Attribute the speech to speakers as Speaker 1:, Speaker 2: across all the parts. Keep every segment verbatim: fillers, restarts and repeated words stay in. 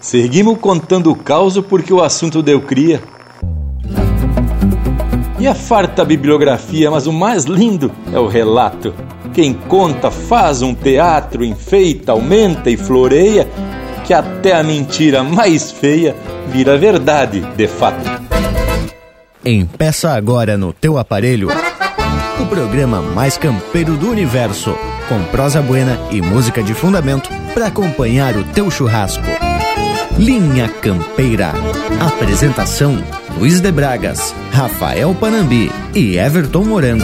Speaker 1: Seguimos contando o caos porque o assunto deu cria. E a farta bibliografia, mas o mais lindo é o relato. Quem conta faz um teatro, enfeita, aumenta e floreia, que até a mentira mais feia vira verdade de fato.
Speaker 2: Empeça agora no teu aparelho o programa mais campeiro do universo, com prosa buena e música de fundamento para acompanhar o teu churrasco. Linha Campeira. Apresentação: Luiz de Bragas, Rafael Panambi e Everton Morango.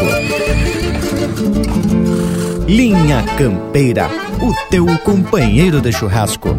Speaker 2: Linha Campeira, o teu companheiro de churrasco.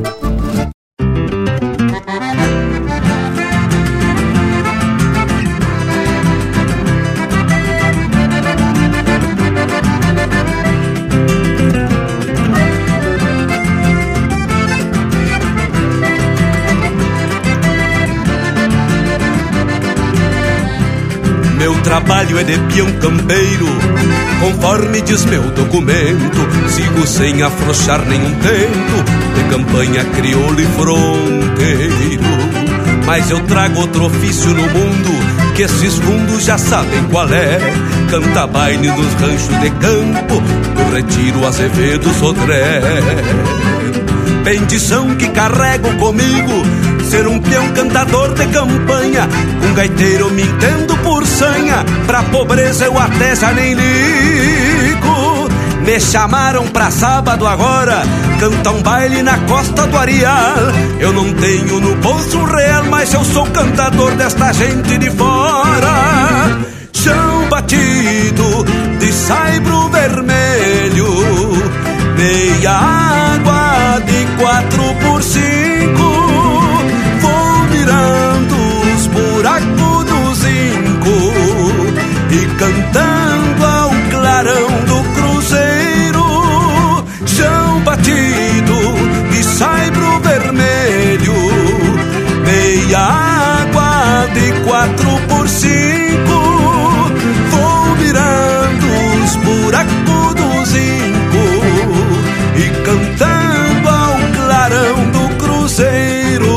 Speaker 3: Meu trabalho é de peão campeiro, conforme diz meu documento. Sigo sem afrouxar nenhum tento, de campanha crioulo e fronteiro. Mas eu trago outro ofício no mundo, que esses fundos já sabem qual é. Canta baile nos ranchos de campo, do Retiro Azevedo Sodré. Bendição que carrego comigo, ser um peão cantador de campanha. Um gaiteiro me entendo por sanha, pra pobreza eu até já nem ligo. Me chamaram pra sábado agora, cantar um baile na costa do Areal. Eu não tenho no bolso um real, mas eu sou cantador desta gente de fora. Chão batido de saibro vermelho, meia água de quatro por cinco. Vou virando os buracos do zinco e cantando ao clarão do cruzeiro. Chão batido de saibro vermelho, meia água de quatro por cinco. Vou virando os buracos do zinco e cantando ao clarão do cruzeiro.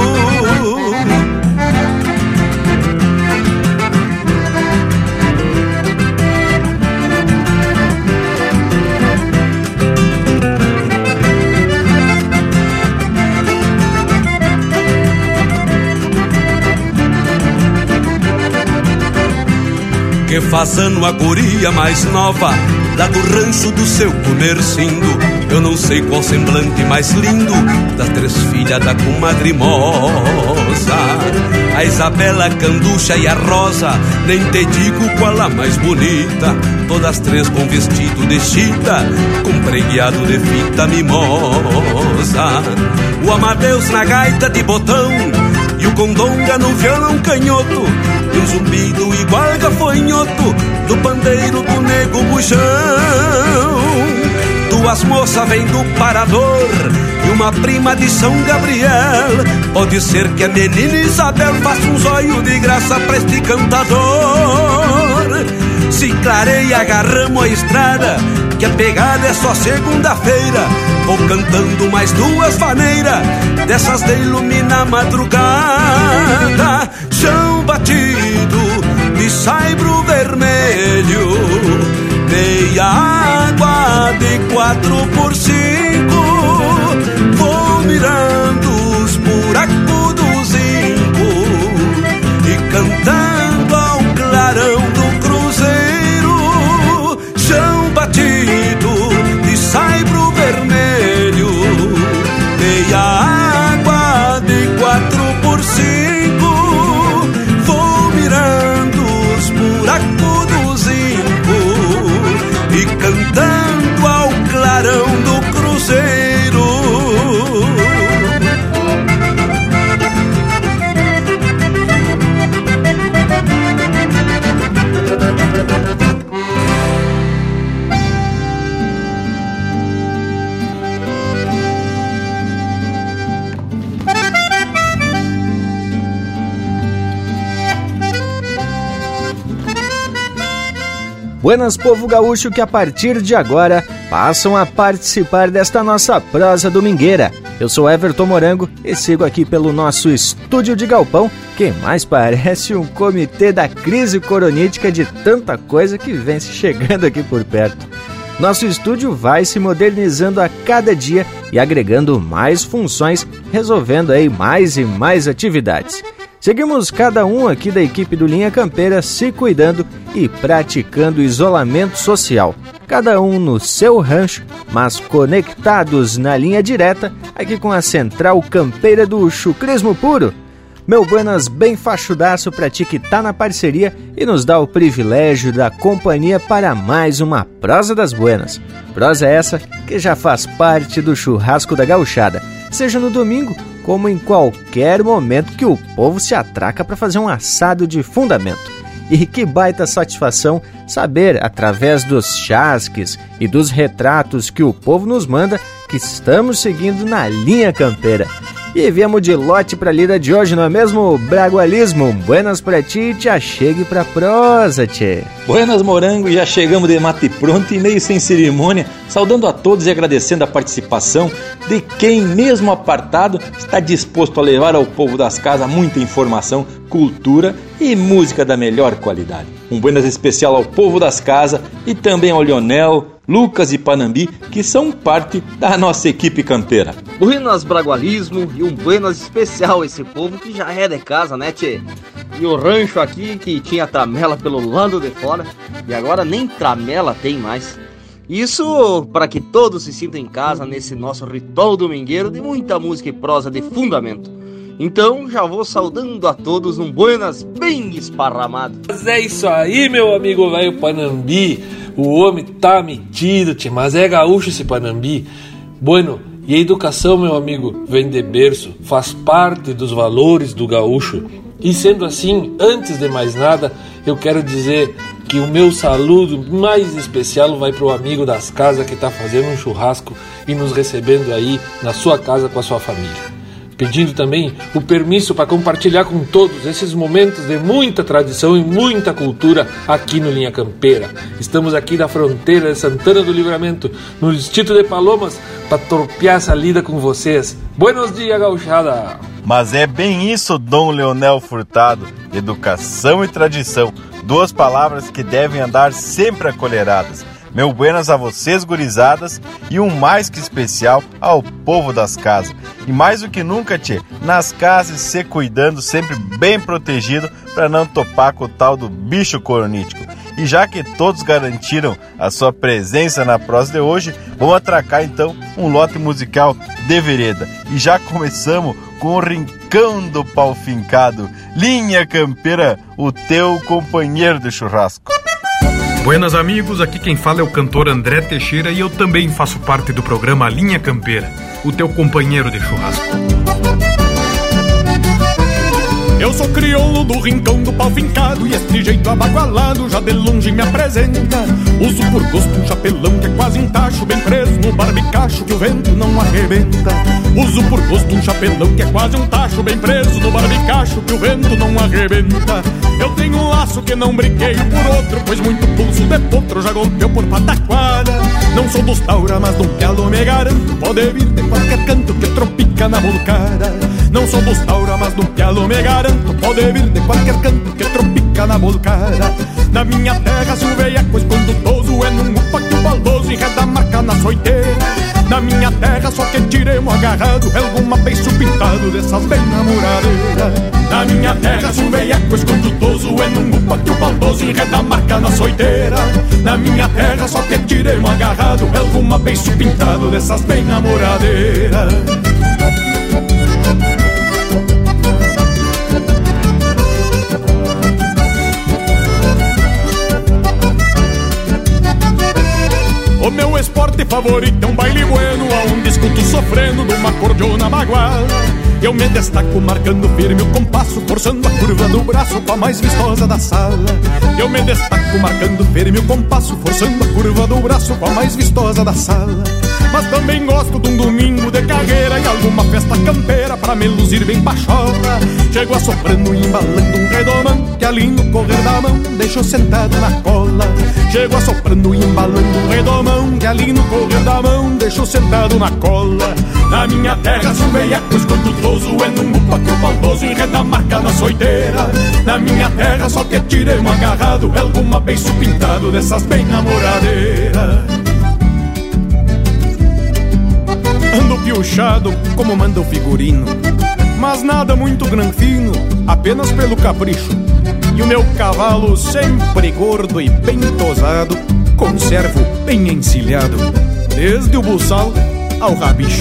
Speaker 3: Que fazendo a guria mais nova, lá do rancho do seu comercindo. Eu não sei qual semblante mais lindo, das três filhas da comadre moça. A Isabela, a Canducha e a Rosa, nem te digo qual a mais bonita. Todas três com vestido de chita, com preguiado de fita mimosa. O Amadeus na gaita de botão e o Condonga no violão canhoto, e um zumbido igual gafanhoto do pandeiro do nego bujão. Duas moças vêm do Parador e uma prima de São Gabriel. Pode ser que a menina Isabel faça um zóio de graça pra este cantador. Se clareia, agarramos a estrada, que a pegada é só segunda-feira. Vou cantando mais duas maneiras, dessas de iluminar a madrugada. Chão batido de saibro vermelho, meia água de quatro por cinco. Vou mirando os buracos do zinco e cantando ao clarão do cruzeiro. Chão batido de saibro vermelho, meia água de quatro por cinco. Vou mirando os buracos do zinco e cantando ao clarão do cruzeiro.
Speaker 2: Buenas, povo gaúcho, que a partir de agora passam a participar desta nossa prosa domingueira.
Speaker 4: Eu sou Everton Morango e sigo aqui pelo nosso estúdio de galpão, que mais parece um comitê da crise coronítica de tanta coisa que vem se chegando aqui por perto. Nosso estúdio vai se modernizando a cada dia e agregando mais funções, resolvendo aí mais e mais atividades. Seguimos cada um aqui da equipe do Linha Campeira se cuidando e praticando isolamento social. Cada um no seu rancho, mas conectados na linha direta, aqui com a Central Campeira do Chucrismo Puro. Meu buenas bem fachudaço pra ti que tá na parceria e nos dá o privilégio da companhia para mais uma Prosa das Buenas. Prosa essa que já faz parte do churrasco da gauchada, seja no domingo como em qualquer momento que o povo se atraca para fazer um assado de fundamento. E que baita satisfação saber, através dos chasques e dos retratos que o povo nos manda, que estamos seguindo na linha campeira. E viemos de lote pra lida de hoje, não é mesmo, Bragualismo? Buenas pra ti e te achegue pra prosa, tchê.
Speaker 1: Buenas, Morango, já chegamos de mate pronto e meio sem cerimônia, saudando a todos e agradecendo a participação de quem, mesmo apartado, está disposto a levar ao povo das casas muita informação, cultura e música da melhor qualidade. Um buenas especial ao povo das casas e também ao Leonel, Lucas e Panambi, que são parte da nossa equipe campeira.
Speaker 5: Buenas, Bragualismo, e um buenas especial esse povo que já é de casa, né, tchê? E o rancho aqui que tinha tramela pelo lado de fora e agora nem tramela tem mais. Isso para que todos se sintam em casa nesse nosso ritual domingueiro de muita música e prosa de fundamento. Então já vou saudando a todos um buenas bem esparramado.
Speaker 6: Mas é isso aí, meu amigo velho Panambi. O homem tá metido, tchê, mas é gaúcho esse Panambi. Bueno, e a educação, meu amigo, vem de berço, faz parte dos valores do gaúcho. E sendo assim, antes de mais nada, eu quero dizer que o meu saludo mais especial vai pro amigo das casas que tá fazendo um churrasco e nos recebendo aí na sua casa com a sua família. Pedindo também o permisso para compartilhar com todos esses momentos de muita tradição e muita cultura aqui no Linha Campeira. Estamos aqui na fronteira de Santana do Livramento, no distrito de Palomas, para torpear essa lida com vocês. Buenos dias, gauchada!
Speaker 7: Mas é bem isso, Dom Leonel Furtado, educação e tradição, duas palavras que devem andar sempre acolheradas. Meu buenas a vocês, gurizadas, e um mais que especial ao povo das casas. E mais do que nunca, tchê, nas casas se cuidando, sempre bem protegido para não topar com o tal do bicho coronítico. E já que todos garantiram a sua presença na prosa de hoje, vamos atracar então um lote musical de vereda. E já começamos com o rincão do pau fincado. Linha Campeira, o teu companheiro de churrasco.
Speaker 8: Buenas amigos, aqui quem fala é o cantor André Teixeira e eu também faço parte do programa Linha Campeira, o teu companheiro de churrasco. Eu sou crioulo do rincão do pau fincado e este jeito abagualado já de longe me apresenta. Uso por gosto um chapelão que é quase um tacho bem preso no barbicacho que o vento não arrebenta. Uso por gosto um chapelão que é quase um tacho bem preso no barbicacho que o vento não arrebenta. Eu tenho um laço que não brinqueio por outro, pois muito pulso de potro já golpeou por pataquada. Não sou dos taura, mas num pialo me garanto, pode vir de qualquer canto que tropica na bolcada. Não sou dos taura, mas num pialo me garanto, pode vir de qualquer canto que tropica na bolcada. Na minha terra se o veieco escondutoso é num upa que o baldoso enreda a marca na soiteira. Na minha terra só que tiremos agarrado alguma beiço pintado dessas bem namoradeiras. Na minha terra se o veieco escondutoso é num upa que o baldoso enreda a marca na soiteira. Na minha terra só que tiremos agarrado alguma beiço pintado dessas bem namoradeiras. O meu esporte favorito é um baile bueno, aonde escuto sofrendo numa cordiona baguala. Eu me destaco marcando firme o compasso, forçando a curva do braço com a mais vistosa da sala. Eu me destaco marcando firme o compasso, forçando a curva do braço com a mais vistosa da sala. Mas também gosto de um domingo de carreira e alguma festa campeira pra me luzir bem pachola. Chego assoprando e embalando um redomão que ali no correr da mão deixou sentado na cola. Chego assoprando e embalando um redomão que ali no correr da mão deixou sentado na cola. Na minha terra se um veiaco escondutoso é num upa que o baldoso enreda a marca na soiteira. Na minha terra só que tiremos agarrado é alguma beiço pintado dessas bem namoradeiras. Ando piochado como manda o figurino, mas nada muito granfino, apenas pelo capricho. E o meu cavalo sempre gordo e bem tosado conservo bem encilhado, desde o buçal ao rabicho.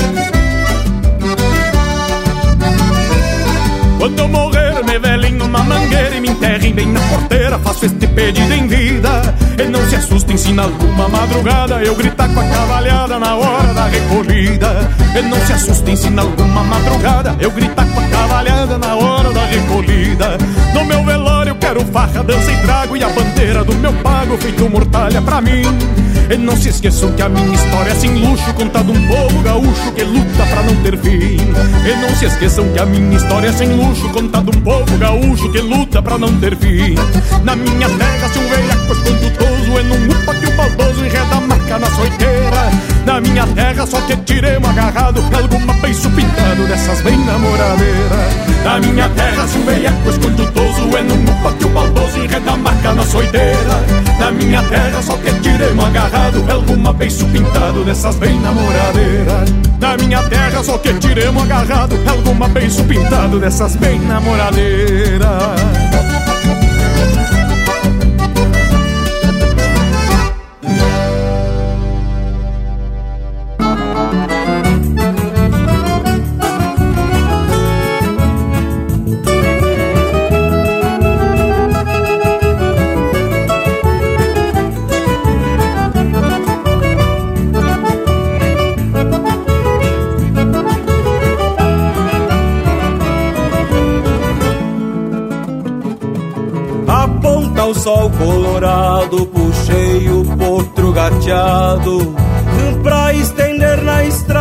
Speaker 8: Quando eu morrer, me velem numa mangueira e me enterrem bem na porteira, faço este pedido em vida. E não se assustem se na alguma madrugada eu gritar com a cavalhada na hora da recolhida. E não se assustem se na alguma madrugada eu gritar com a cavalhada na hora da recolhida. No meu velório eu quero farra, dança e trago, e a bandeira do meu pago feito mortalha pra mim. E não se esqueçam que a minha história é sem luxo, contada um povo gaúcho que luta pra não ter fim. E não se esqueçam que a minha história é sem luxo, contada um povo gaúcho que luta pra não ter fim. Na minha terra se um veiaco escondutoso é num upa que o baldoso enreda a marca na soiteira. Na minha terra só que tiremos agarrado alguma beiço pintado dessas bem namoradeiras. Na minha terra se um veiaco escondutoso é num upa que o baldoso enreda a marca na soiteira. Na minha terra só que tiremos agarrado alguma beiço pintado dessas bem namoradeiras. Na minha terra só que tiremos agarrado alguma beiço pintado dessas bem namoradeiras.
Speaker 9: O sol colorado, puxei o potro gateado pra estender na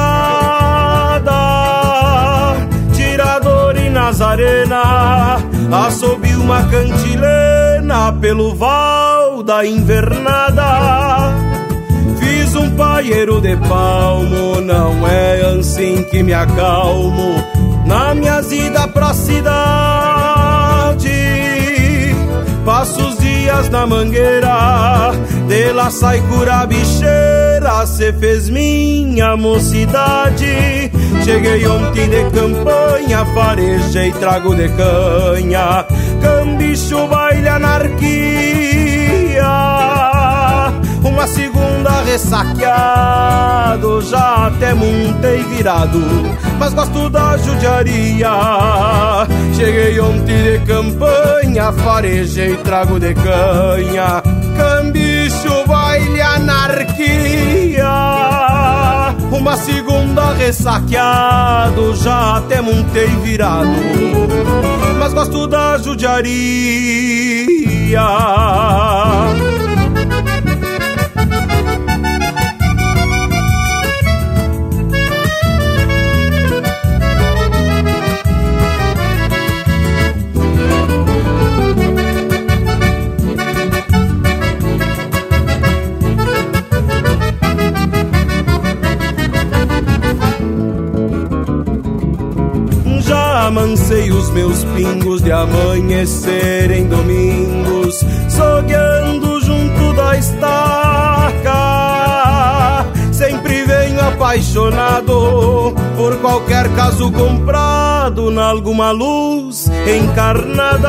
Speaker 9: estrada. Tirador e Nazarena, assobiu uma cantilena pelo val da invernada. Fiz um paieiro de palmo, não é assim que me acalmo na minha ida pra cidade. Passo os dias na mangueira, de lá sai cura bicheira, cê fez minha mocidade. Cheguei ontem de campanha, farejei trago de canha, cambicho, baile, anarquia. Uma segunda ressaqueado, já até montei virado, mas gosto da judiaria. Cheguei ontem de campanha, farejei trago de canha, cambicho, baile, anarquia. Uma segunda ressaqueado, já até montei virado, mas gosto da judiaria. Amancei os meus pingos de amanhecer em domingos, sogueando junto da estaca. Sempre venho apaixonado por qualquer caso comprado na alguma luz encarnada.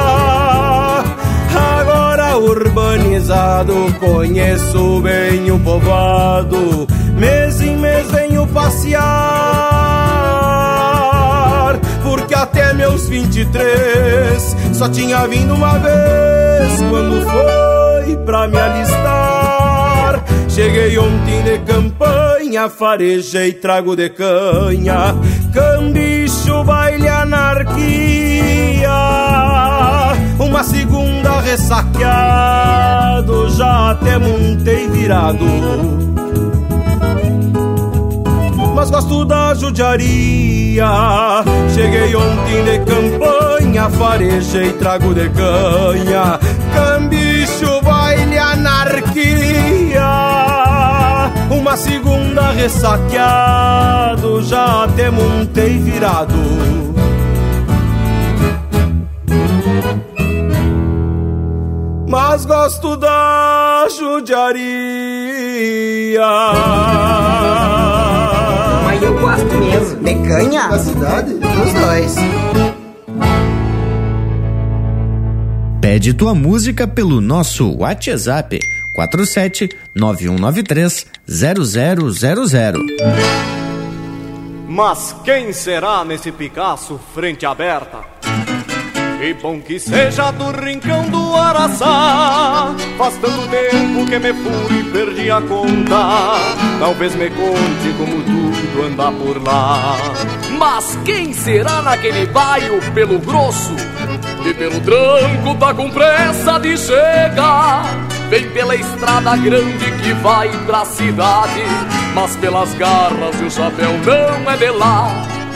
Speaker 9: Agora urbanizado, conheço bem o povoado, mês em mês venho passear, porque até meus vinte e três só tinha vindo uma vez, quando foi pra me alistar. Cheguei ontem de campanha, farejei trago de canha, cambicho, baile, anarquia. Uma segunda ressaqueado, já até montei virado, mas gosto da judiaria. Cheguei ontem de campanha, farejei trago de canha, cambicho, baile, anarquia. Uma segunda ressaqueado, já até montei virado. Mas gosto da judiaria.
Speaker 10: Mas eu gosto mesmo. De canha? Da cidade? Os dois.
Speaker 2: Pede tua música pelo nosso WhatsApp quatro sete nove um nove três zero zero zero zero.
Speaker 11: Mas quem será nesse Picasso frente aberta? Que bom que seja do rincão do Araçá. Faz tanto tempo que me fui e perdi a conta. Talvez me conte como tudo anda por lá.
Speaker 12: Mas quem será naquele bairro pelo grosso? E pelo tranco tá com pressa de chegar. Vem pela estrada grande que vai pra cidade, mas pelas garras e o chapéu não é de lá.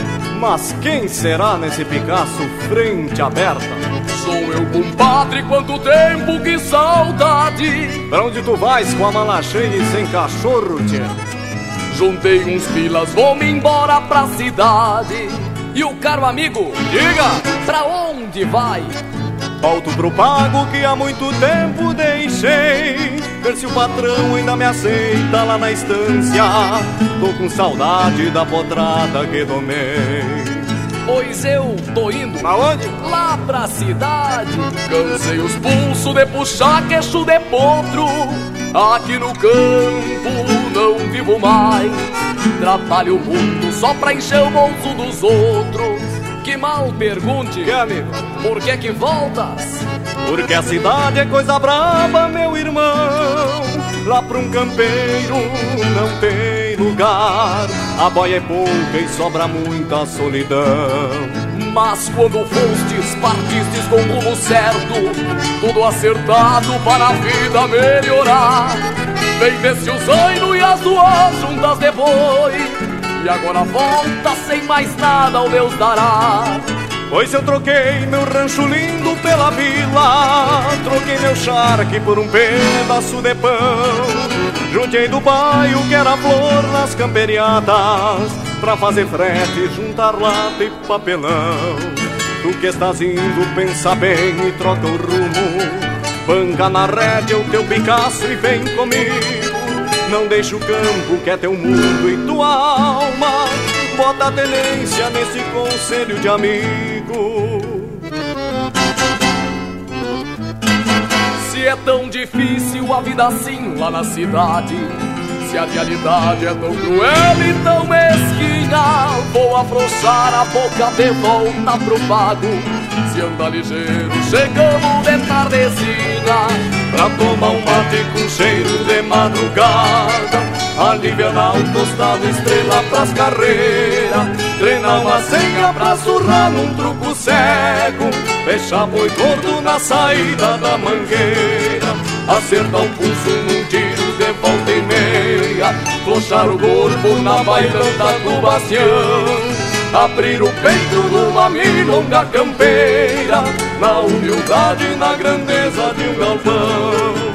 Speaker 11: Mas quem será nesse Picasso frente aberta?
Speaker 12: Sou eu, compadre, quanto tempo, que saudade.
Speaker 11: Pra onde tu vais com a mala cheia e sem cachorro, tchê?
Speaker 12: Juntei uns pilas, vou-me embora pra cidade. E o caro amigo,
Speaker 11: diga,
Speaker 12: pra onde vai?
Speaker 11: Volto pro pago que há muito tempo deixei. Ver se o patrão ainda me aceita lá na estância. Tô com saudade da potrada que domei.
Speaker 12: Pois eu tô indo.
Speaker 11: Aonde?
Speaker 12: Lá pra cidade. Cansei os pulsos de puxar queixo de potro. Aqui no campo não vivo mais. Trabalho muito só pra encher o bolso dos outros. Que mal pergunte,
Speaker 11: que amigo?
Speaker 12: Por que que voltas?
Speaker 11: Porque a cidade é coisa braba, meu irmão. Lá pra um campeiro não tem lugar. A boia é pouca e sobra muita solidão.
Speaker 12: Mas quando fostes, partistes com o rumo certo, tudo acertado para a vida melhorar. Vem desse o zaino e as duas juntas depois. E agora volta sem mais nada, o Deus dará.
Speaker 11: Pois eu troquei meu rancho lindo pela vila. Troquei meu charque por um pedaço de pão. Juntei do bairro que era flor nas camperiadas, pra fazer frete, juntar lata e papelão. Tu que estás indo, pensa bem e troca o rumo. Banca na rédea o teu Picasso e vem comigo. Não deixa o campo que é teu mundo e tua alma. Bota a tenência nesse conselho de amigo.
Speaker 12: Se é tão difícil a vida assim lá na cidade, se a realidade é tão cruel e tão mesquinha, vou afrouxar a boca de volta pro pago. Se anda ligeiro, chegamos de tardezinha,
Speaker 11: pra tomar um mate com cheiro de madrugada, aliviar o tostado, estrela pras carreiras, treinar uma senha pra surrar num truco cego, fechar boi gordo na saída da mangueira, acertar o pulso num tiro de volta e meia, flochar o corpo na bailanta do bastião, abrir o peito numa milonga campeira, na humildade e na grandeza de um galpão.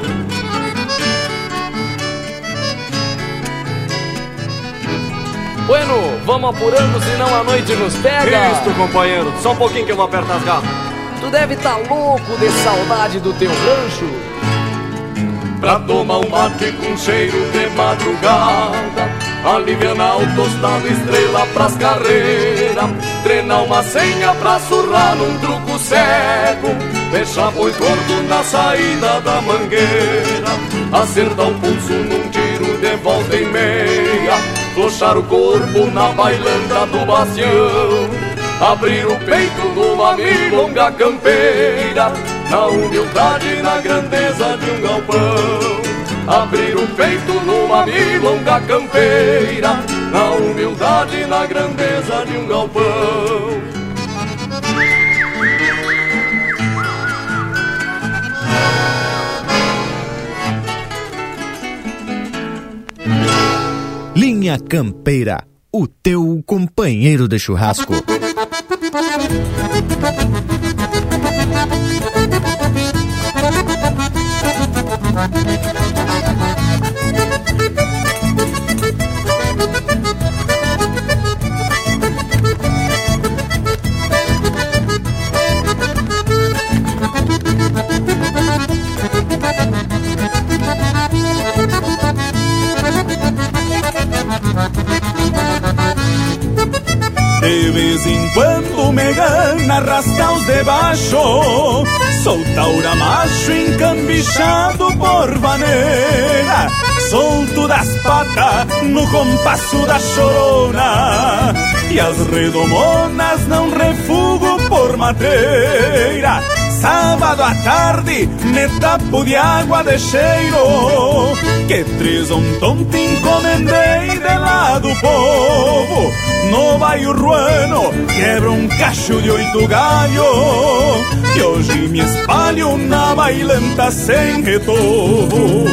Speaker 12: Bueno, vamos apurando, senão a noite nos pega.
Speaker 11: Isto, companheiro, só um pouquinho que eu vou apertar as garras.
Speaker 12: Tu deve tá louco de saudade do teu rancho,
Speaker 11: pra tomar um mate com cheiro de madrugada, aliviar o tostado, estrela pras carreiras, treinar uma senha pra surrar num truco cego, fechar boi gordo na saída da mangueira, acertar o pulso num tiro de volta e meia, flochar o corpo na bailanta do bastião, abrir o peito numa milonga campeira, na humildade e na grandeza de um galpão. Abrir o peito numa milonga campeira, na humildade e na grandeza de um galpão.
Speaker 2: Linha Campeira, o teu companheiro de churrasco.
Speaker 3: De vez em quando me gana rasgar os de baixo, sou taura macho encambichado por vaneira, solto das patas no compasso da chorona, e as redomonas não refugo por madeira. Sábado à tarde me tapo de água de cheiro, que três um tonto encomendei de lá do povo. No bairro ruano quebra um cacho de oito galho, e hoje me espalho na bailanta sem retorno.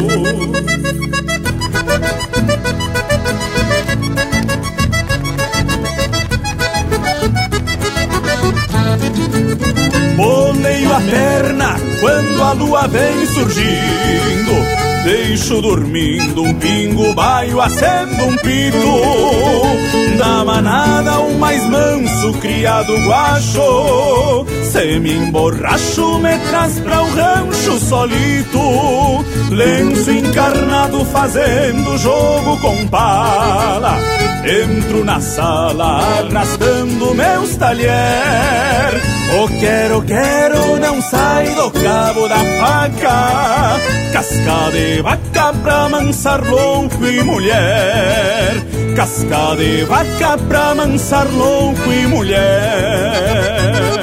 Speaker 3: Boleio a perna quando a lua vem surgindo, deixo dormindo um pingo, baio acendo um pito. Da manada o mais manso, criado guacho, se me emborracho me traz pra o rancho solito. Lenço encarnado fazendo jogo com pala, entro na sala arrastando meus talher. O quero, quero não sai do cabo da faca, casca de vaca pra mansar louco e mulher, casca de vaca pra mansar louco e mulher.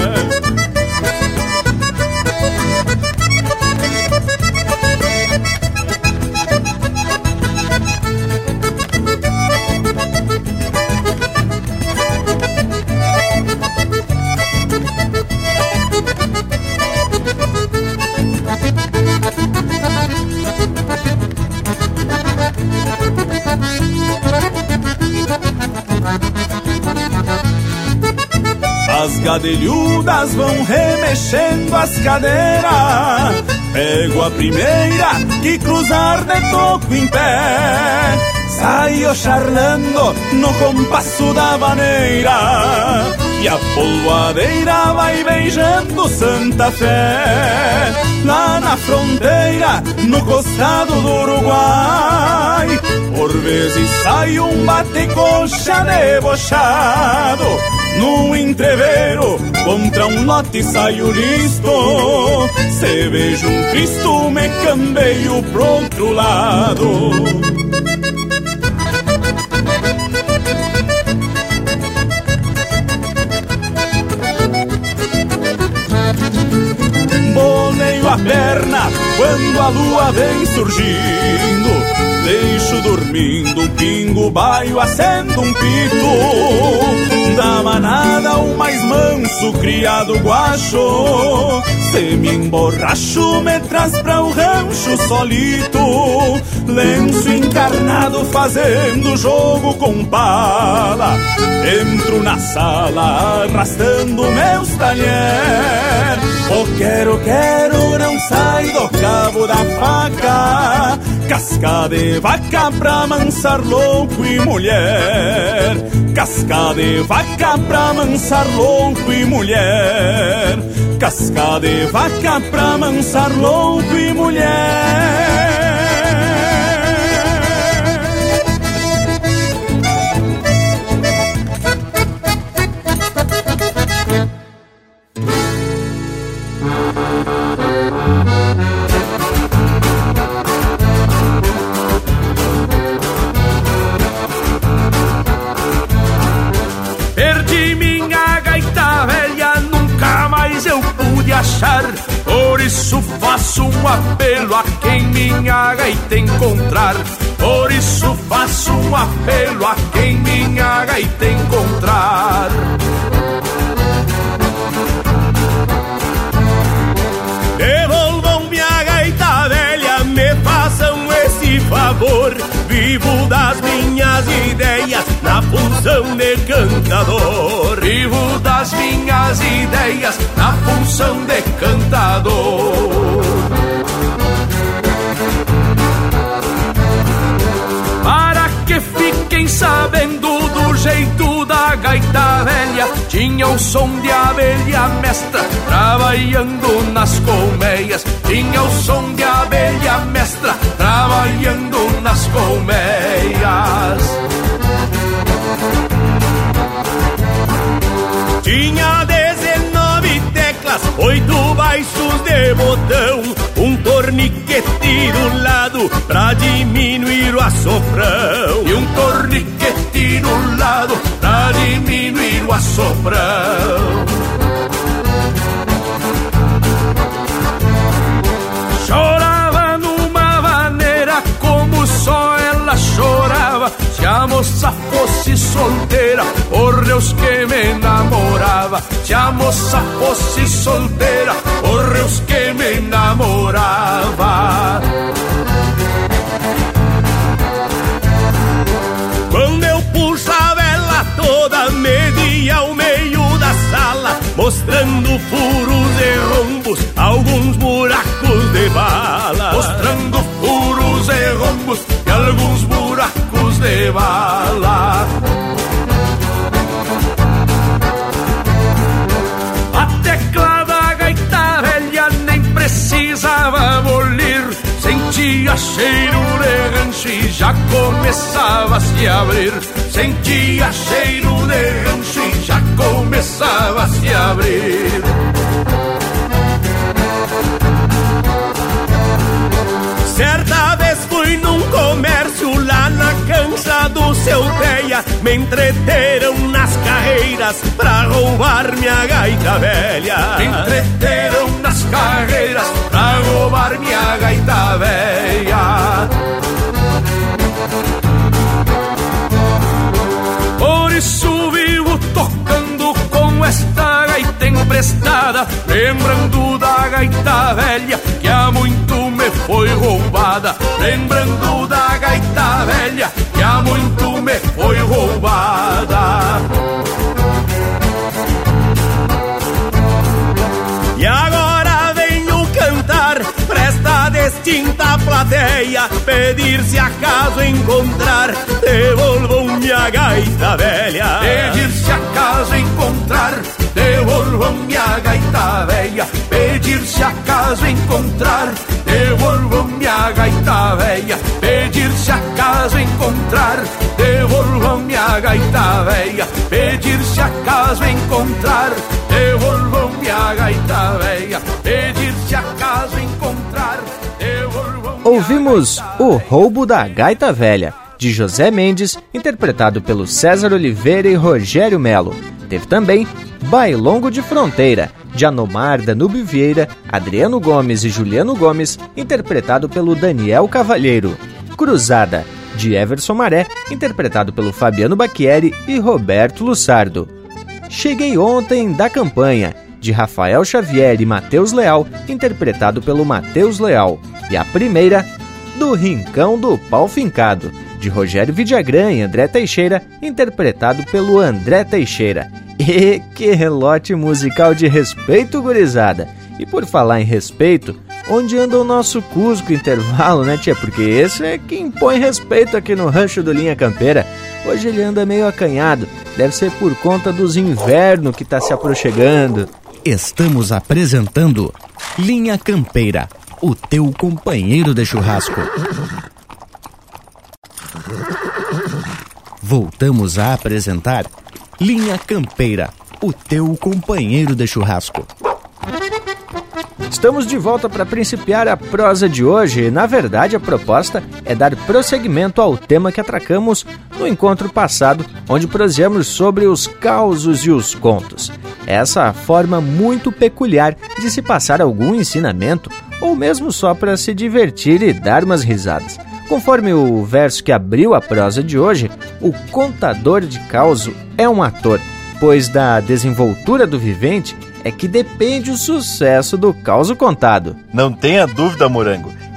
Speaker 3: As gadelhudas vão remexendo as cadeiras, pego a primeira que cruzar de toco em pé, saio charlando no compasso da vaneira, e a polvoadeira vai beijando Santa Fé. Lá na fronteira, no costado do Uruguai, por vezes sai um bate-coxa debochado, num entreveiro contra um lote saio listo. Se vejo um Cristo me cambeio pro outro lado. Boleio a perna quando a lua vem surgindo, deixo dormindo um pingo, baio acendo um pito. Da manada o mais manso, criado guacho, se me emborracho me traz pra o rancho solito. Lenço encarnado fazendo jogo com pala, entro na sala arrastando meus talher. O quero, quero não sai do cabo da faca, casca de vaca pra mansar louco e mulher, casca de vaca pra mansar louco e mulher, casca de vaca pra mansar louco e mulher. Achar, por isso faço um apelo a quem minha gaita encontrar. Por isso faço um apelo a quem minha gaita encontrar. Devolvam minha gaita velha, me façam esse favor. Vivo das minhas ideias na função
Speaker 9: função de cantador.
Speaker 12: Vivo das minhas ideias na função de cantador. Para que fiquem sabendo do jeito da gaita velha, tinha o som de abelha mestra trabalhando nas colmeias. Tinha o som de abelha mestra trabalhando nas colmeias.
Speaker 9: Tinha dezenove teclas, oito baixos de botão, um torniquete do lado pra diminuir o assoprão.
Speaker 12: E um torniquete do lado pra diminuir o assoprão. Chorava numa maneira como só ela chorava. Se a moça fosse solteira, por Deus que me namorava. Se a moça fosse solteira, por Deus que me namorava.
Speaker 9: Quando eu puxava ela toda, media ao meio da sala, mostrando furos e rombos, alguns buracos de bala.
Speaker 12: Mostrando furos e rombos e alguns buracos de bala. A tecla da gaita velha nem precisava bolir, sentia cheiro de rancho e já começava a se abrir. Sentia cheiro de rancho e já começava a se abrir.
Speaker 9: Certa vez fui num comércio lá na cancha do seu Teia, me entreteram nas carreiras pra roubar minha gaita velha.
Speaker 12: Me entreteram nas carreiras pra roubar minha gaita velha. Por isso vivo tocando com esta gaita emprestada, lembrando da gaita velha que há muito me foi roubada. Lembrando da gaita velha que há muito me foi roubada.
Speaker 9: E agora venho cantar pra esta distinta plateia, pedir se acaso encontrar, devolvam minha gaita velha.
Speaker 12: Pedir se acaso encontrar, devolvam minha gaita velha. Pedir se acaso encontrar, devolvam minha gaita velha. Pedir se acaso encontrar, devolvam minha gaita velha. Pedir se acaso encontrar, devolvam minha gaita velha. Pedir se acaso encontrar, devolvam.
Speaker 4: Ouvimos O Roubo da Gaita Velha, de José Mendes, interpretado pelo César Oliveira e Rogério Melo. Teve também Bailongo de Fronteira, de Anomar Danube Vieira, Adriano Gomes e Juliano Gomes, interpretado pelo Daniel Cavalheiro. Cruzada, de Everson Maré, interpretado pelo Fabiano Bacchieri e Roberto Lussardo. Cheguei Ontem da Campanha, de Rafael Xavier e Matheus Leal, interpretado pelo Matheus Leal. E a primeira, Do Rincão do Pau Fincado, de Rogério Vidagrã e André Teixeira, interpretado pelo André Teixeira. E que relote musical de respeito, gurizada! E por falar em respeito, onde anda o nosso Cusco Intervalo, né, tia? Porque esse é quem impõe respeito aqui no rancho do Linha Campeira. Hoje ele anda meio acanhado, deve ser por conta dos invernos que tá se aproximando.
Speaker 2: Estamos apresentando Linha Campeira, o teu companheiro de churrasco. Voltamos a apresentar Linha Campeira, o teu companheiro de churrasco.
Speaker 4: Estamos de volta para principiar a prosa de hoje e, na verdade, a proposta é dar prosseguimento ao tema que atracamos no encontro passado, onde prosseguimos sobre os causos e os contos. Essa forma muito peculiar de se passar algum ensinamento ou mesmo só para se divertir e dar umas risadas. Conforme o verso que abriu a prosa de hoje, o contador de causo é um ator, pois da desenvoltura do vivente é que depende o sucesso do causo contado.
Speaker 7: Não tenha dúvida, Morango.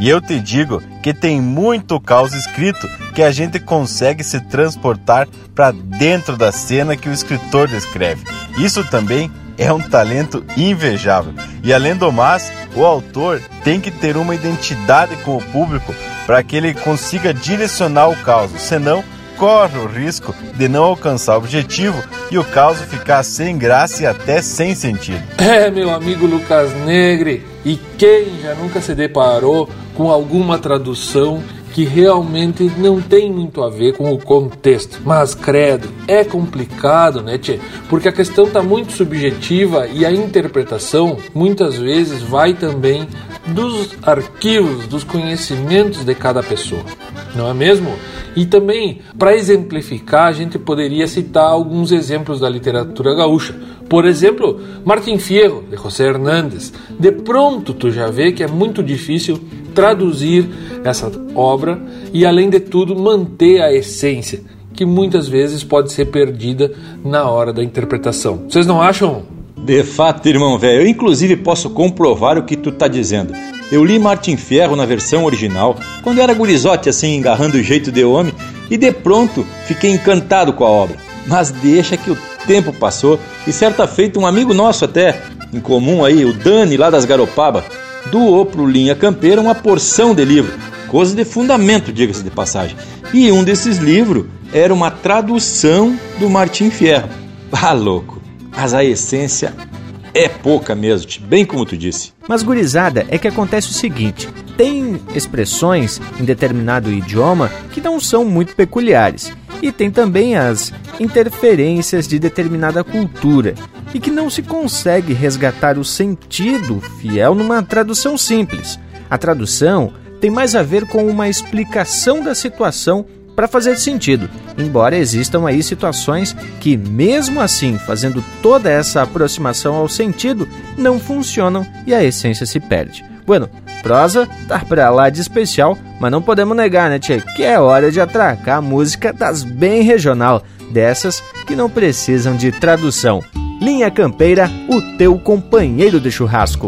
Speaker 7: E eu te digo que tem muito caos escrito que a gente consegue se transportar para dentro da cena que o escritor descreve. Isso também é um talento invejável. E além do mais, o autor tem que ter uma identidade com o público para que ele consiga direcionar o caos, senão corre o risco de não alcançar o objetivo e o caos ficar sem graça e até sem sentido.
Speaker 6: É, meu amigo Lucas Negre, e quem já nunca se deparou com alguma tradução que realmente não tem muito a ver com o contexto? Mas credo, é complicado, né, tchê? Porque a questão está muito subjetiva e a interpretação muitas vezes vai também dos arquivos, dos conhecimentos de cada pessoa, não é mesmo? E também, para exemplificar, a gente poderia citar alguns exemplos da literatura gaúcha. Por exemplo, Martim Fierro, de José Hernández. De pronto, tu já vê que é muito difícil traduzir essa obra e, além de tudo, manter a essência, que muitas vezes pode ser perdida na hora da interpretação. Vocês não acham?
Speaker 1: De fato, irmão velho, eu inclusive posso comprovar o que tu tá dizendo. Eu li Martim Fierro na versão original, quando era gurizote assim, agarrando o jeito de homem, e de pronto fiquei encantado com a obra. Mas deixa que o tempo passou, e certa feita um amigo nosso até, em comum aí, o Dani lá das Garopaba, doou pro Linha Campeira uma porção de livro, coisa de fundamento, diga-se de passagem. E um desses livros era uma tradução do Martim Fierro. Ah, louco! Mas a essência é pouca mesmo, bem como tu disse.
Speaker 4: Mas, gurizada, é que acontece o seguinte: tem expressões em determinado idioma que não são muito peculiares. E tem também as interferências de determinada cultura e que não se consegue resgatar o sentido fiel numa tradução simples. A tradução tem mais a ver com uma explicação da situação para fazer sentido, embora existam aí situações que, mesmo assim, fazendo toda essa aproximação ao sentido, não funcionam e a essência se perde. Bueno, prosa tá pra lá de especial, mas não podemos negar, né, tchê, que é hora de atracar a música das bem regional, dessas que não precisam de tradução. Linha Campeira, o teu companheiro de churrasco.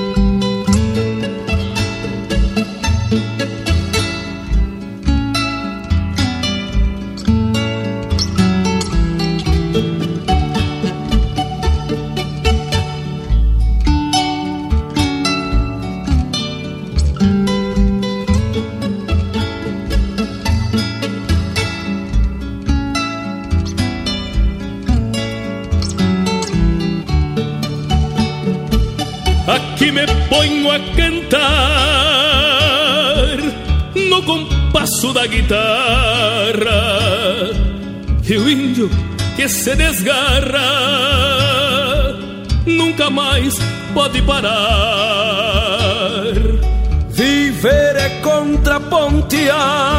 Speaker 13: Aqui me ponho a cantar no compasso da guitarra, e o índio que se desgarra nunca mais pode parar.
Speaker 9: Viver é contrapontear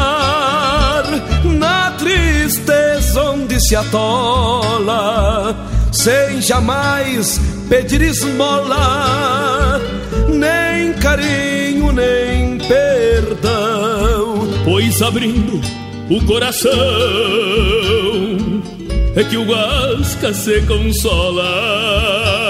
Speaker 9: na tristeza onde se atola, sem jamais pedir esmola, nem carinho, nem perdão.
Speaker 13: Pois abrindo o coração é que o guasca se consola.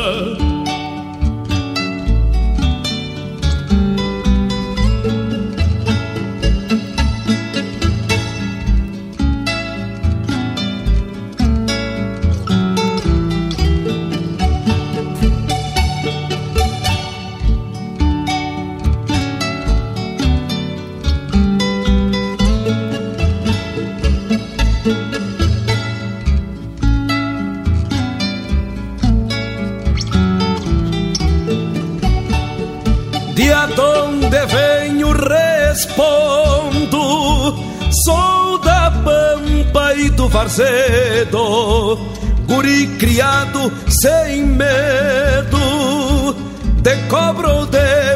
Speaker 9: De adonde venho respondo, sou da Pampa e do Varzedo, guri criado sem medo, de cobra ou de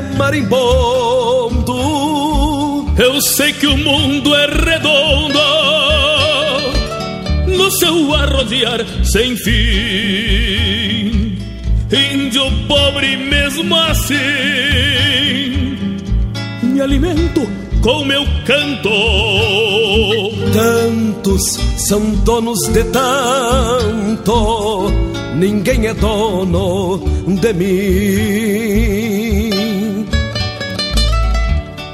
Speaker 9: marimbondo.
Speaker 13: Eu sei que o mundo é redondo no seu arrodear sem fim, índio pobre mesmo assim, me alimento com meu canto.
Speaker 9: Tantos são donos de tanto, ninguém é dono de mim.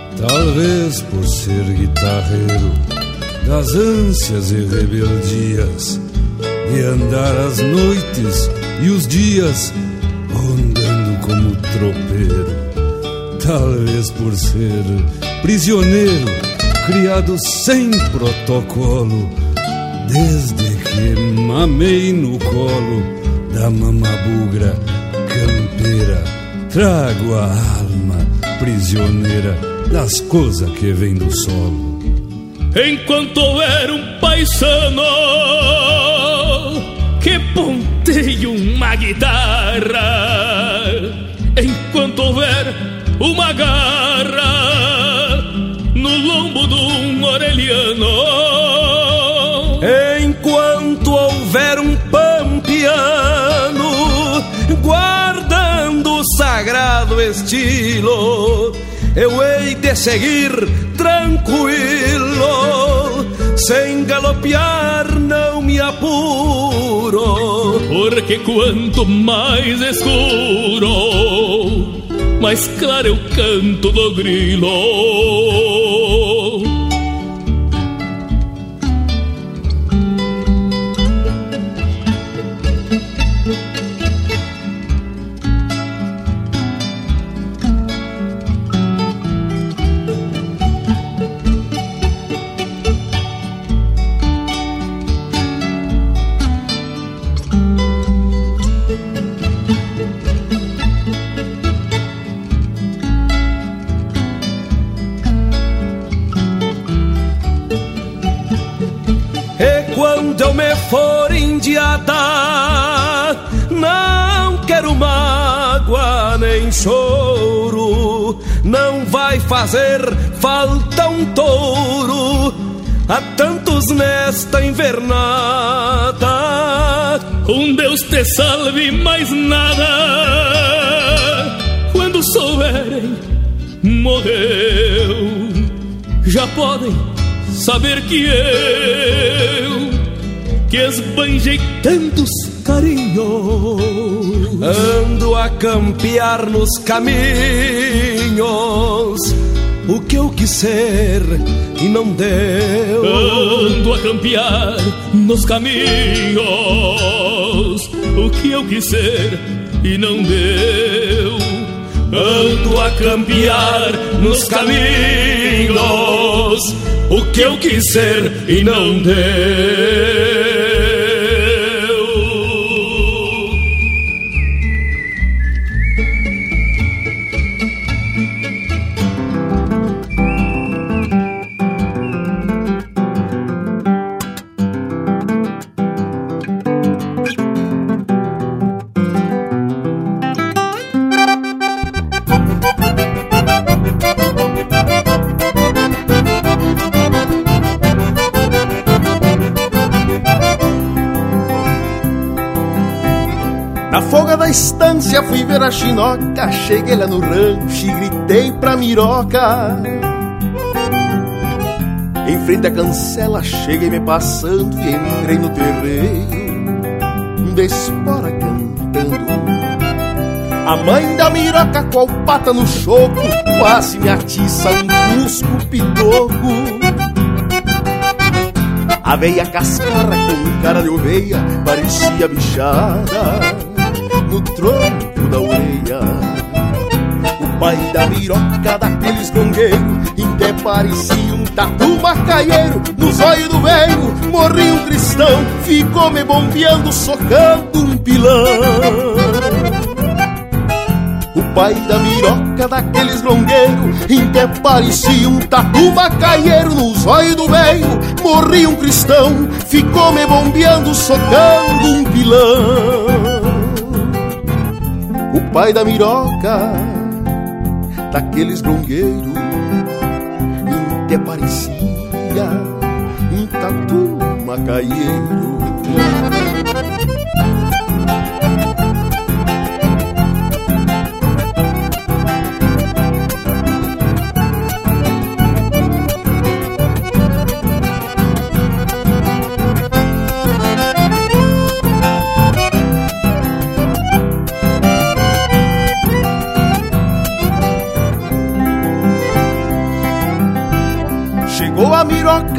Speaker 14: Talvez por ser guitarreiro das ânsias e rebeldias de andar as noites e os dias rondando como tropeiro. Talvez por ser prisioneiro, criado sem protocolo, desde que mamei no colo da mamabugra campeira. Trago a alma prisioneira das coisas que vem do solo.
Speaker 13: Enquanto houver um paisano que ponteie uma guitarra, enquanto houver uma garra no lombo de um orelhano,
Speaker 9: enquanto houver um pampiano guardando o sagrado estilo, eu hei de seguir tranquilo, sem galopear não me apuro.
Speaker 13: Porque quanto mais escuro, mais claro é o canto do grilo.
Speaker 9: Quando eu me for indiada, não quero mágoa nem choro. Não vai fazer falta um touro, há tantos nesta invernada.
Speaker 13: Um Deus te salve, mais nada. Quando souberem, morreu, já podem saber que eu que esbanjei tantos carinhos,
Speaker 9: ando a campear nos caminhos o que eu quis ser e não deu.
Speaker 13: Ando a campear nos caminhos o que eu quis ser e não deu. Ando a campear nos caminhos o que eu quis ser e não deu.
Speaker 15: Na folga da estância fui ver a chinoca, cheguei lá no rancho e gritei pra miroca. Em frente à cancela cheguei me passando e entrei no terreiro, de espora cantando. A mãe da miroca com a pata no choco quase me atiça um cusco pitoco. A veia cascarra com cara de oveia parecia bichada no tronco da orelha. O pai da miroca daqueles gongueiros até parecia um tatu macaieiro. Nos olhos do velho morri um cristão, ficou me bombeando, socando um pilão. O pai da miroca daqueles longueiros até parecia um tatu macaieiro. Nos olhos do velho morri um cristão, ficou me bombeando, socando um pilão. O pai da miroca daqueles grongueiros até parecia um tatu macaieiro.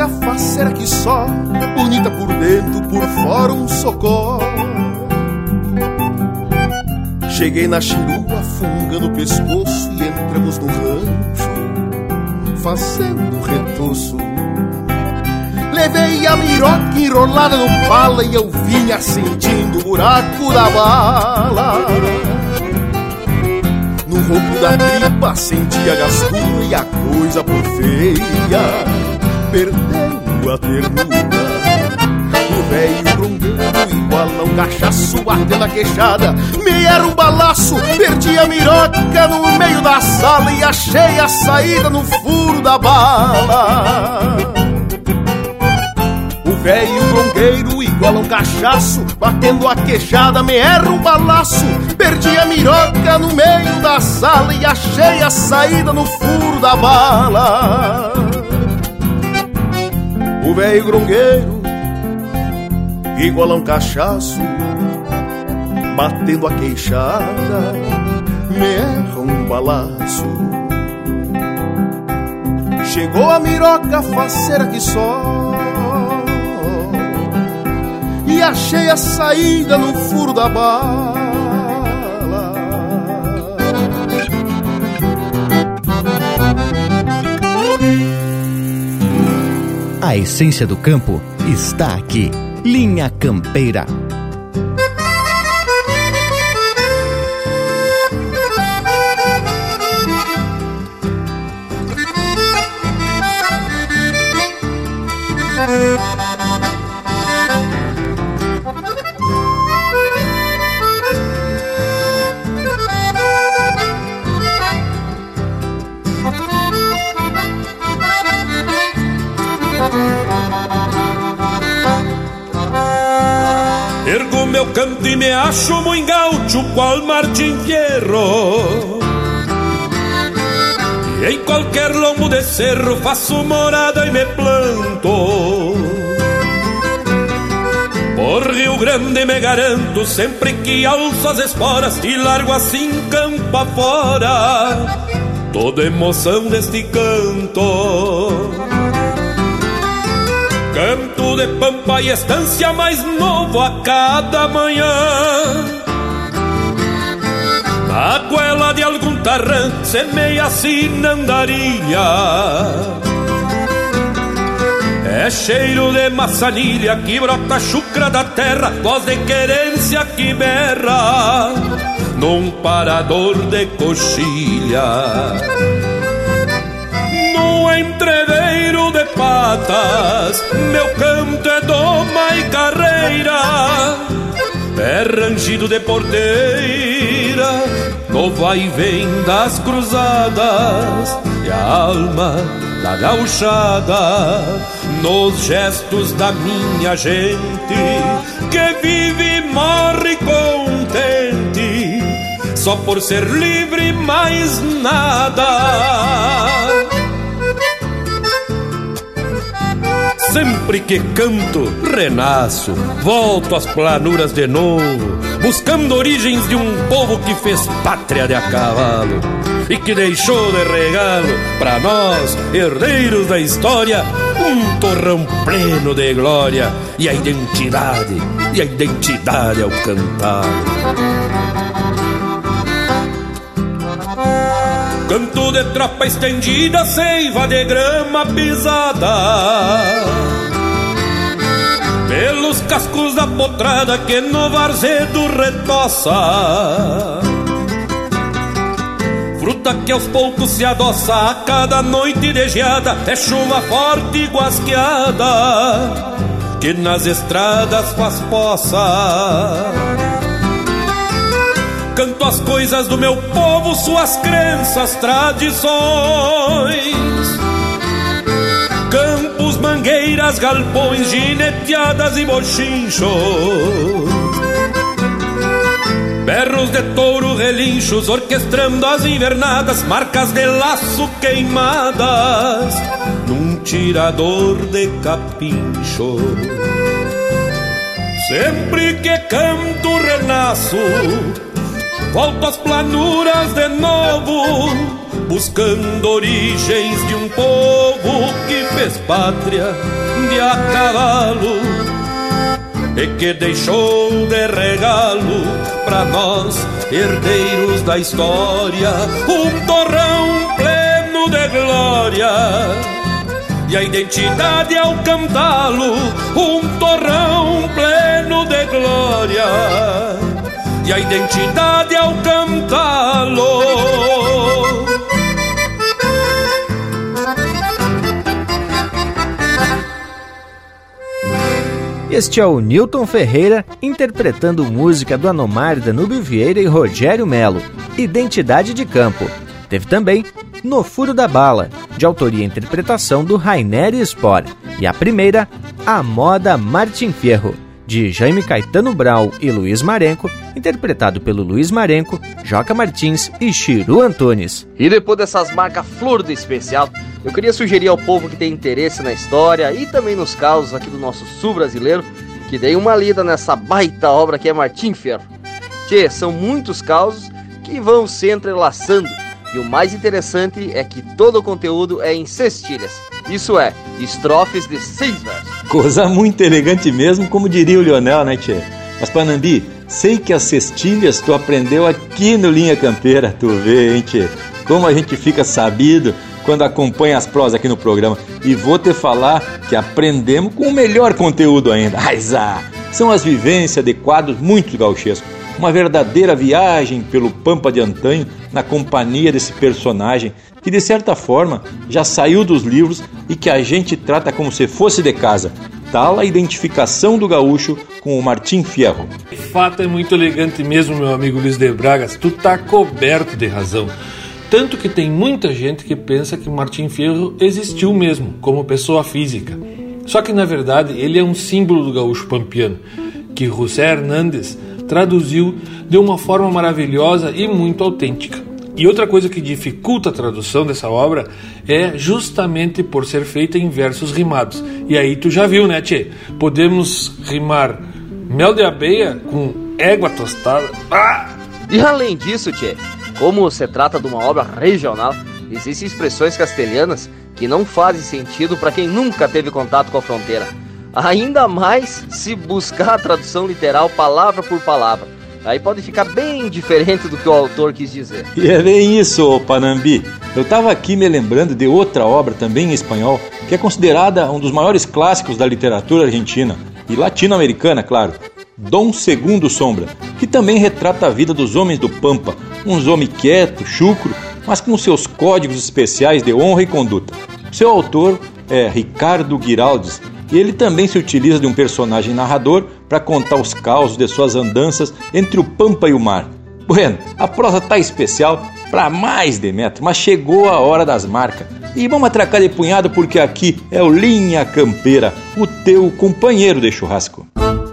Speaker 15: miroca faceira que só, bonita por dentro, por fora um socó. Cheguei na chirua, fungando o pescoço, e entramos no rancho, fazendo retoço. Levei a miroca enrolada no pala, e eu vinha sentindo o buraco da bala. No ronco da tripa senti a gastura, e a coisa por feia perdeu a ternura. O velho grongueiro igual a um cachaço, batendo a queixada, me era um balaço. Perdi a miroca no meio da sala, e achei a saída no furo da bala. O velho grongueiro igual a um cachaço, batendo a queixada, me era um balaço. Perdi a miroca no meio da sala, e achei a saída no furo da bala. O velho grongueiro igual a um cachaço, batendo a queixada, me erra um balaço. Chegou a miroca faceira que só, e achei a saída no furo da bala.
Speaker 2: A essência do campo está aqui. Linha Campeira.
Speaker 13: Ergo meu canto e me acho muito gaúcho, qual Martim Fierro. E em qualquer lombo de cerro faço morada e me planto. Por Rio Grande me garanto, sempre que alço as esporas e largo assim campo afora, toda emoção deste canto. Canto de pampa e estância mais novo a cada manhã, na goela de algum tarrã semeia assim andarilha. É cheiro de maçanilha que brota chucra da terra, voz de querência que berra num parador de coxilha. No entreveiro de patas, meu canto é doma e carreira, é rangido de porteira, no vai e vem das cruzadas, e a alma da gauchada, nos gestos da minha gente, que vive e morre contente, só por ser livre mais nada. Sempre que canto, renasço, volto às planuras de novo, buscando origens de um povo que fez pátria de a cavalo e que deixou de regalo pra nós, herdeiros da história, um torrão pleno de glória e a identidade, e a identidade ao cantar. Canto de tropa estendida, seiva de grama pisada, pelos cascos da potrada que no varzedo retoça, fruta que aos poucos se adoça a cada noite de geada, é chuva forte e guasqueada que nas estradas faz poça. Canto as coisas do meu povo, suas crenças, tradições, campos, mangueiras, galpões, gineteadas e bochinchos, berros de touro, relinchos, orquestrando as invernadas, marcas de laço queimadas num tirador de capincho. Sempre que canto renasço, volto às planuras de novo, buscando origens de um povo que fez pátria de a cavalo e que deixou de regalo pra nós, herdeiros da história, um torrão pleno de glória. E a identidade ao cantá-lo, um torrão pleno de glória. E a identidade ao cantá-lo.
Speaker 4: Este é o Newton Ferreira interpretando música do Anomar, Danúbio Vieira e Rogério Melo, Identidade de Campo. Teve também No Furo da Bala, de autoria e interpretação do Rainer Spor. E a primeira, A Moda Martim Fierro, de Jaime Caetano Brau e Luiz Marenco, interpretado pelo Luiz Marenco, Joca Martins e Chiru Antunes.
Speaker 5: E depois dessas marcas flor do especial, eu queria sugerir ao povo que tem interesse na história e também nos causos aqui do nosso sul brasileiro, que dê uma lida nessa baita obra que é Martim Fierro. Tchê, são muitos causos que vão se entrelaçando, e o mais interessante é que todo o conteúdo é em cestilhas, isso é, estrofes de seis versos.
Speaker 1: Coisa muito elegante mesmo, como diria o Leonel, né, tchê? Mas, Panambi, sei que as cestilhas tu aprendeu aqui no Linha Campeira, tu vê, hein, tchê? Como a gente fica sabido quando acompanha as prosas aqui no programa. E vou te falar que aprendemos com o melhor conteúdo ainda. Aizá! São as vivências de quadros muito gauchescos. Uma verdadeira viagem pelo Pampa de antanho na companhia desse personagem que, de certa forma, já saiu dos livros e que a gente trata como se fosse de casa. Tal a identificação do gaúcho com o Martim Fierro.
Speaker 6: De fato é muito elegante mesmo, meu amigo Luiz de Bragas. Tu tá coberto de razão. Tanto que tem muita gente que pensa que Martim Fierro existiu mesmo, como pessoa física. Só que, na verdade, ele é um símbolo do gaúcho pampiano, que José Hernández traduziu de uma forma maravilhosa e muito autêntica. E outra coisa que dificulta a tradução dessa obra é justamente por ser feita em versos rimados. E aí tu já viu, né, tchê? Podemos rimar mel de abelha com égua tostada. Ah!
Speaker 5: E além disso, tchê, como se trata de uma obra regional, existem expressões castelhanas que não fazem sentido para quem nunca teve contato com a fronteira. Ainda mais se buscar a tradução literal palavra por palavra. Aí pode ficar bem diferente do que o autor quis dizer.
Speaker 1: E é bem isso, Panambi. Eu estava aqui me lembrando de outra obra também em espanhol, que é considerada um dos maiores clássicos da literatura argentina e latino-americana, claro, Dom Segundo Sombra, que também retrata a vida dos homens do Pampa, uns homens quietos, chucro, mas com seus códigos especiais de honra e conduta. Seu autor é Ricardo Giraldes, e ele também se utiliza de um personagem narrador para contar os causos de suas andanças entre o Pampa e o mar. Bueno, a prosa tá especial para mais de metro, mas chegou a hora das marcas. E vamos atracar de punhado porque aqui é o Linha Campeira, o teu companheiro de churrasco.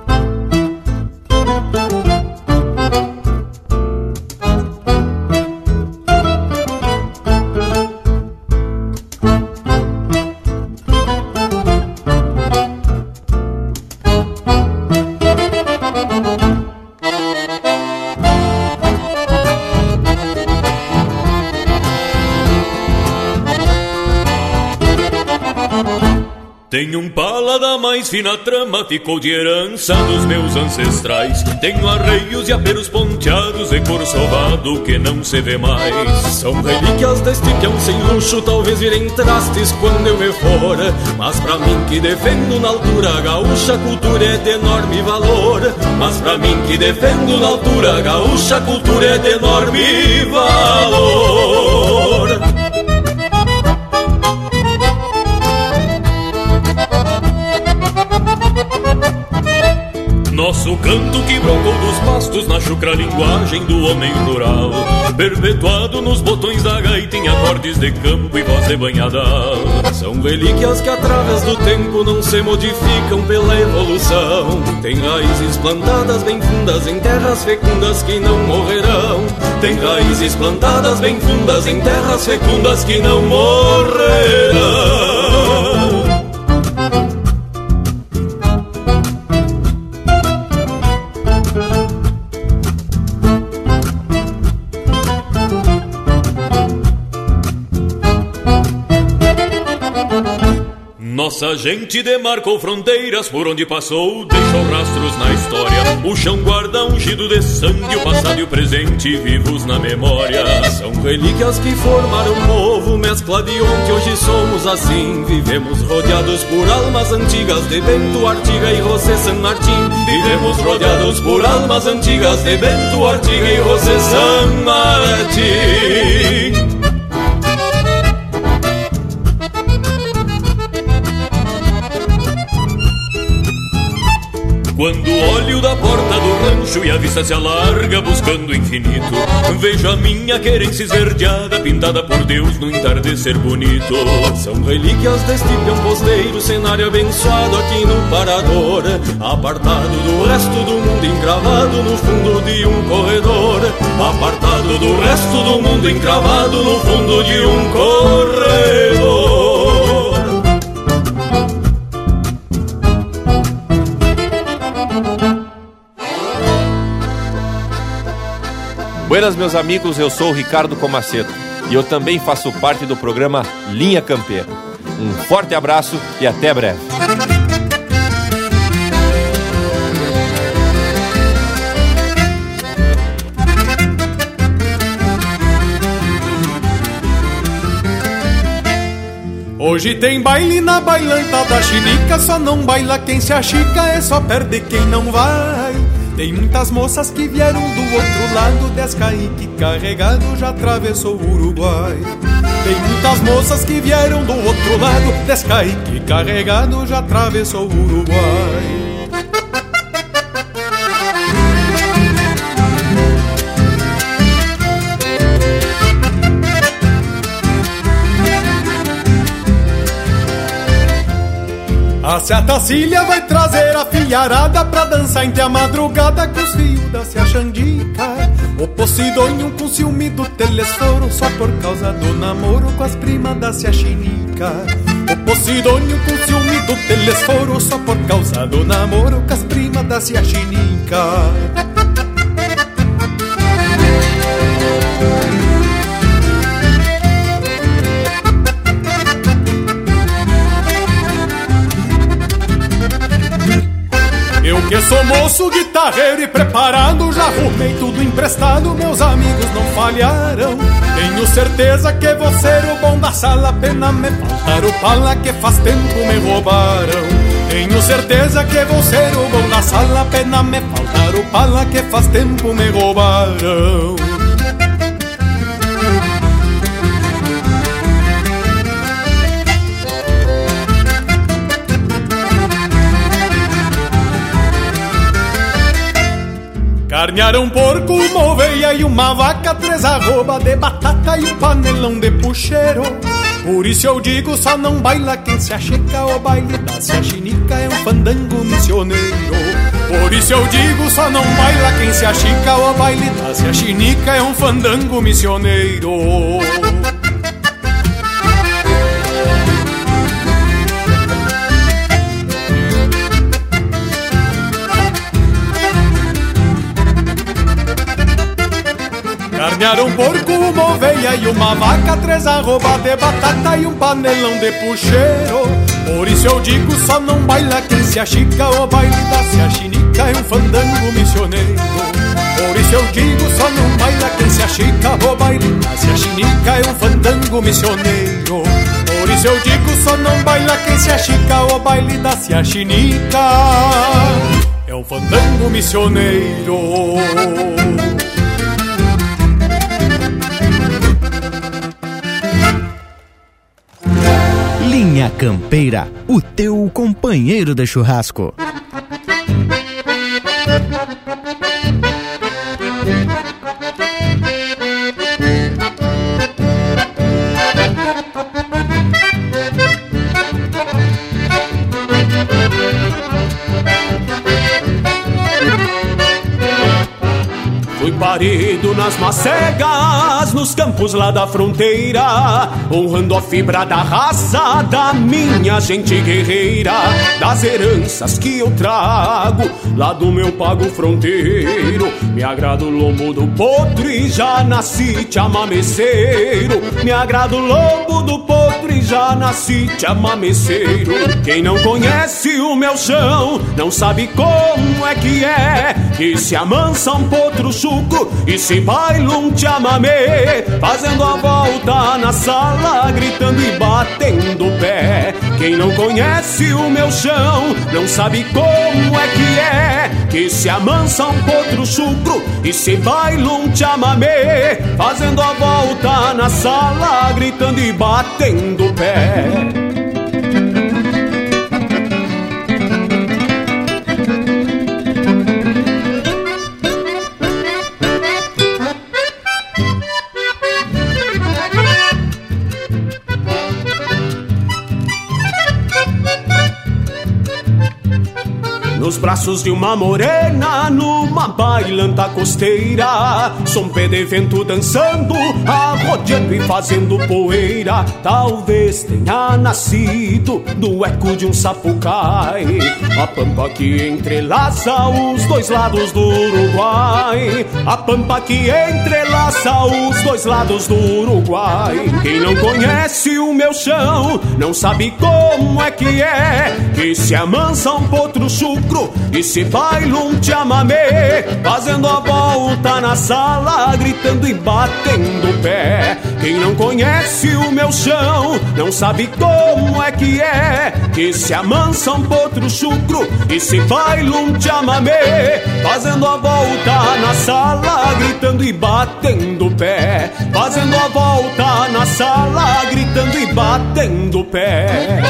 Speaker 16: Tenho um paladar mais fina trama, ficou de herança dos meus ancestrais. Tenho arreios e aperos ponteados e cor sovado que não se vê mais. São relíquias deste peão sem luxo, talvez virem trastes quando eu me for. Mas pra mim que defendo na altura gaúcha, a cultura é de enorme valor. Mas pra mim que defendo na altura gaúcha, a cultura é de enorme valor. Nosso canto que brocou dos pastos na chucra linguagem do homem rural, perpetuado nos botões da gaita em acordes de campo e voz de banhadal. São relíquias que através do tempo não se modificam pela evolução. Tem raízes plantadas bem fundas em terras fecundas que não morrerão. Tem raízes plantadas bem fundas em terras fecundas que não morrerão. Nossa gente demarcou fronteiras por onde passou, deixou rastros na história. O chão guarda ungido de sangue, o passado e o presente vivos na memória. São relíquias que formaram um povo, mescla de onde hoje somos assim. Vivemos rodeados por almas antigas de Bento, Artiga e José San Martín. Vivemos rodeados por almas antigas de Bento, Artiga e José San Martín. Quando olho da porta do rancho e a vista se alarga buscando o infinito, vejo a minha querência esverdeada, pintada por Deus no entardecer bonito. São relíquias deste peão posteiro, cenário abençoado aqui no Parador, apartado do resto do mundo, encravado no fundo de um corredor. Apartado do resto do mundo, encravado no fundo de um corredor.
Speaker 17: Buenas, meus amigos, eu sou o Ricardo Comaceto e eu também faço parte do programa Linha Campeira. Um forte abraço e até breve.
Speaker 8: Hoje tem baile na bailanta da chinica, só não baila quem se achica, é só perde quem não vai. Tem muitas moças que vieram do outro lado, Descaique carregado já atravessou o Uruguai. Tem muitas moças que vieram do outro lado, Descaique carregado já atravessou o Uruguai. A Seata Cília vai trazer a filharada pra dançar entre a madrugada com os fios da Cia Xandica. O Posidônio com ciúme do telesforo só por causa do namoro com as primas da Cia Chinica. O Posidônio com ciúme do telesforo só por causa do namoro com as primas da Cia Chinica. Eu que sou moço, guitarreiro e preparado, já arrumei tudo emprestado, meus amigos não falharam. Tenho certeza que vou ser o bom da sala, pena me faltar o pala que faz tempo me roubaram. Tenho certeza que vou ser o bom da sala, pena me faltar o pala que faz tempo me roubaram. Carnearam um porco, uma oveia e uma vaca, três arroba de batata e um panelão de pucheiro. Por isso eu digo, só não baila quem se acheca, o baile da Cia Chinica é um fandango missioneiro. Por isso eu digo, só não baila quem se achica, o baile da Cia Chinica é um fandango missioneiro. Carnearam um porco, uma oveia e uma vaca, três arroba de batata e um panelão de pucheiro. Por isso eu digo, só não baila quem se achica, o baile da Cia Chinica é um fandango missioneiro. Por isso eu digo, só não baila quem se achica, o baile da Cia Chinica é um fandango missioneiro. Por isso eu digo, só não baila quem se achica, o baile da Cia Chinica é um fandango missioneiro.
Speaker 2: Linha Campeira, o teu companheiro de churrasco.
Speaker 9: Fui parido nas macegas, nos campos lá da fronteira, honrando a fibra da raça da minha gente guerreira, das heranças que eu trago lá do meu pago fronteiro. Me agrada o lombo do potro e já nasci chamameceiro. Me agrada o lombo do potro e já nasci chamameceiro. Quem não conhece o meu chão não sabe como é que é que se amansa um potro chucro e se baila um chamamé, fazendo a volta na sala, gritando e batendo o pé. Quem não conhece o meu chão não sabe como é que é que se amansa um potro chucro e se baila um chamamé, fazendo a volta na sala, gritando e batendo o pé. Nos braços de uma morena, numa bailanta costeira, som pé de vento dançando, arrodeando e fazendo poeira. Talvez tenha nascido do eco de um sapucai, a pampa que entrelaça os dois lados do Uruguai. A pampa que entrelaça os dois lados do Uruguai. Quem não conhece o meu chão não sabe como é que é que se amansa um potro chucro e se baila um chamamé, fazendo a volta na sala, gritando e batendo o pé. Quem não conhece o meu chão não sabe como é que é que se amansa um potro chucro e se baila um chamamé, fazendo a volta na sala, gritando e batendo o pé. Fazendo a volta na sala, gritando e batendo o pé.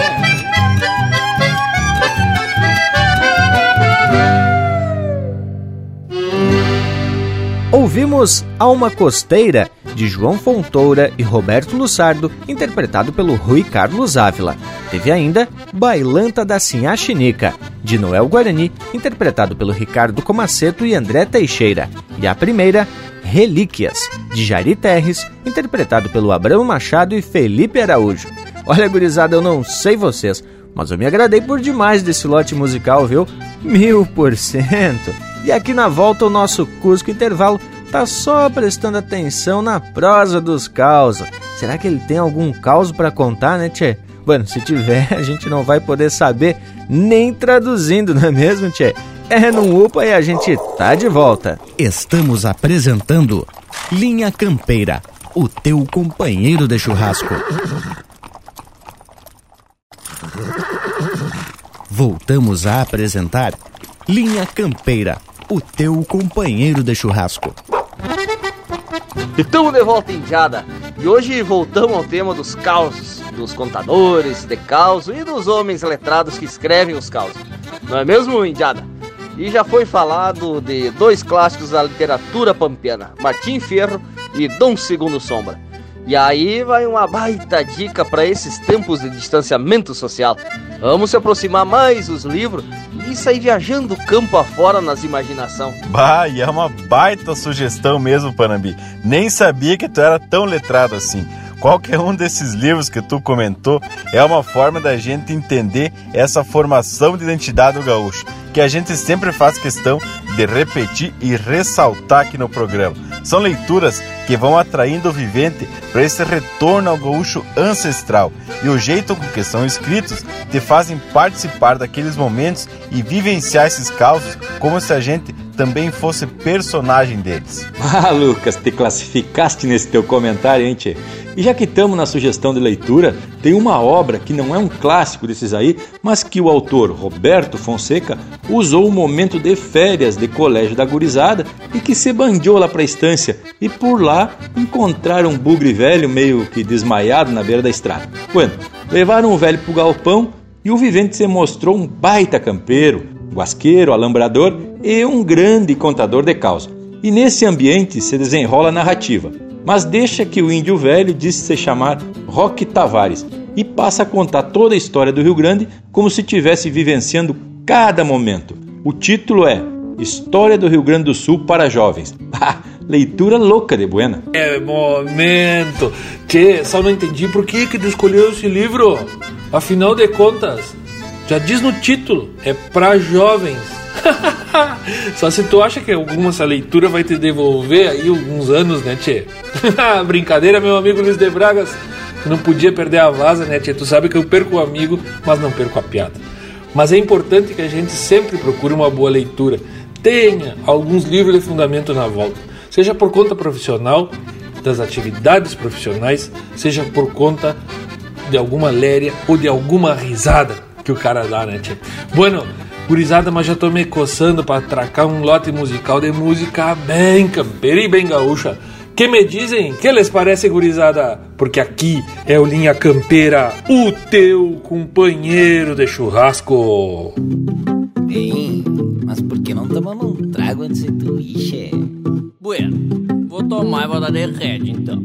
Speaker 4: Ouvimos Alma Costeira, de João Fontoura e Roberto Lussardo, interpretado pelo Rui Carlos Ávila. Teve ainda Bailanta da Sinhaxinica, de Noel Guarani, interpretado pelo Ricardo Comaceto e André Teixeira. E a primeira, Relíquias, de Jari Terres, interpretado pelo Abrão Machado e Felipe Araújo. Olha, gurizada, eu não sei vocês, mas eu me agradei por demais desse lote musical, viu? Mil por cento! E aqui na volta o nosso Cusco Intervalo tá só prestando atenção na prosa dos causos. Será que ele tem algum caos para contar, né, tchê? Bueno, se tiver, a gente não vai poder saber nem traduzindo, não é mesmo, tchê? É no UPA e a gente tá de volta.
Speaker 2: Estamos apresentando Linha Campeira, o teu companheiro de churrasco. Voltamos a apresentar Linha Campeira, o teu companheiro de churrasco.
Speaker 5: Estamos de volta, indiada, e hoje voltamos ao tema dos causos, dos contadores de causos e dos homens letrados que escrevem os causos. Não é mesmo, indiada? E já foi falado de dois clássicos da literatura pampiana, Martim Fierro e Dom Segundo Sombra. E aí vai uma baita dica para esses tempos de distanciamento social. Vamos se aproximar mais dos livros e sair viajando campo afora nas imaginação.
Speaker 7: Bah, e é uma baita sugestão mesmo, Panambi. Nem sabia que tu era tão letrado assim. Qualquer um desses livros que tu comentou é uma forma da gente entender essa formação de identidade do gaúcho, que a gente sempre faz questão de repetir e ressaltar aqui no programa. São leituras que vão atraindo o vivente para esse retorno ao gaúcho ancestral, e o jeito com que são escritos te fazem participar daqueles momentos e vivenciar esses causos como se a gente também fosse personagem deles.
Speaker 1: Ah, Lucas, te classificaste nesse teu comentário, hein, tchê? E já que estamos na sugestão de leitura, tem uma obra que não é um clássico desses aí, mas que o autor Roberto Fonseca usou o momento de férias de colégio da gurizada e que se bandiou lá para a estância, e por lá encontraram um bugre velho meio que desmaiado na beira da estrada. Bueno, levaram o velho pro galpão e o vivente se mostrou um baita campeiro, guasqueiro, alambrador e um grande contador de causa. E nesse ambiente se desenrola a narrativa, mas deixa que o índio velho diz se chamar Roque Tavares e passa a contar toda a história do Rio Grande como se estivesse vivenciando cada momento. O título é História do Rio Grande do Sul para jovens. Ah, leitura louca de buena.
Speaker 6: É momento. Tchê, só não entendi por que que tu escolheu esse livro. Afinal de contas, já diz no título, é para jovens. Só se tu acha que alguma essa leitura vai te devolver aí alguns anos, né, tchê? Brincadeira, meu amigo Luiz de Bragas. Não podia perder a vaza, né, tchê? Tu sabe que eu perco o amigo, mas não perco a piada. Mas é importante que a gente sempre procure uma boa leitura. Tenha alguns livros de fundamento na volta. Seja por conta profissional, das atividades profissionais, seja por conta de alguma léria ou de alguma risada que o cara dá, né, tchê? Bueno, gurizada, mas já tô me coçando pra atracar um lote musical de música bem campeira e bem gaúcha. Que me dizem? Que lhes parece, gurizada? Porque aqui é o Linha Campeira, o teu companheiro de churrasco.
Speaker 18: Bem, mas por que não tomamos um trago antes de tu ir, che? Bueno, vou tomar e vou dar de rede, então.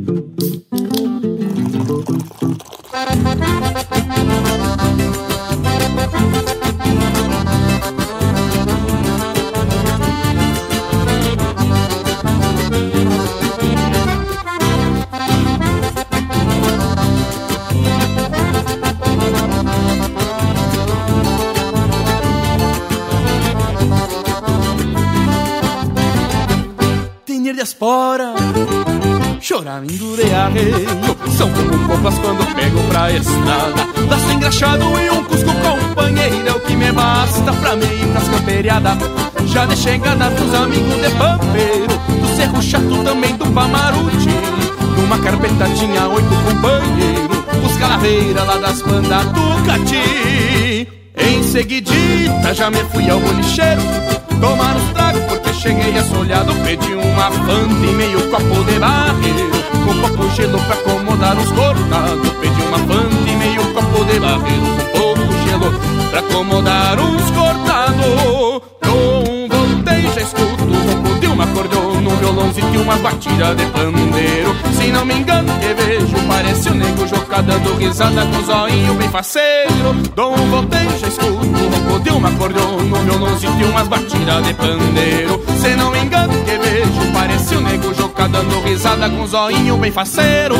Speaker 19: De espora, choramento de arreio, são como copas quando pego pra estrada. Laço engraxado e um cusco companheiro é o que me basta pra me ir pras camperiadas. Já de chegada dos amigos de pampeiro, do Cerro Chato também do Pamaruti. Numa carpeta tinha oito companheiros, os calaveiras lá das bandas do Cati. Em seguidita já me fui ao bolicheiro, tomar os tragos porque cheguei assolhado. Pedi uma fanta e meio copo de barreiro, com pouco gelo pra acomodar os cortados. Pedi uma fanta e meio copo de barreiro, com pouco gelo pra acomodar os cortados. Não voltei, já escuto o ronco de uma acordeon, num violãozinho e uma batida de pandeiro. Se não me engano que vejo, parece o nego Jocá dando risada com o zoinho bem faceiro. Dom voltei, já escuto o ronco de uma acordeon, num violãozinho e umas batidas de pandeiro. Se não me engano que vejo, parece o nego Jocá dando risada com o zoinho bem faceiro.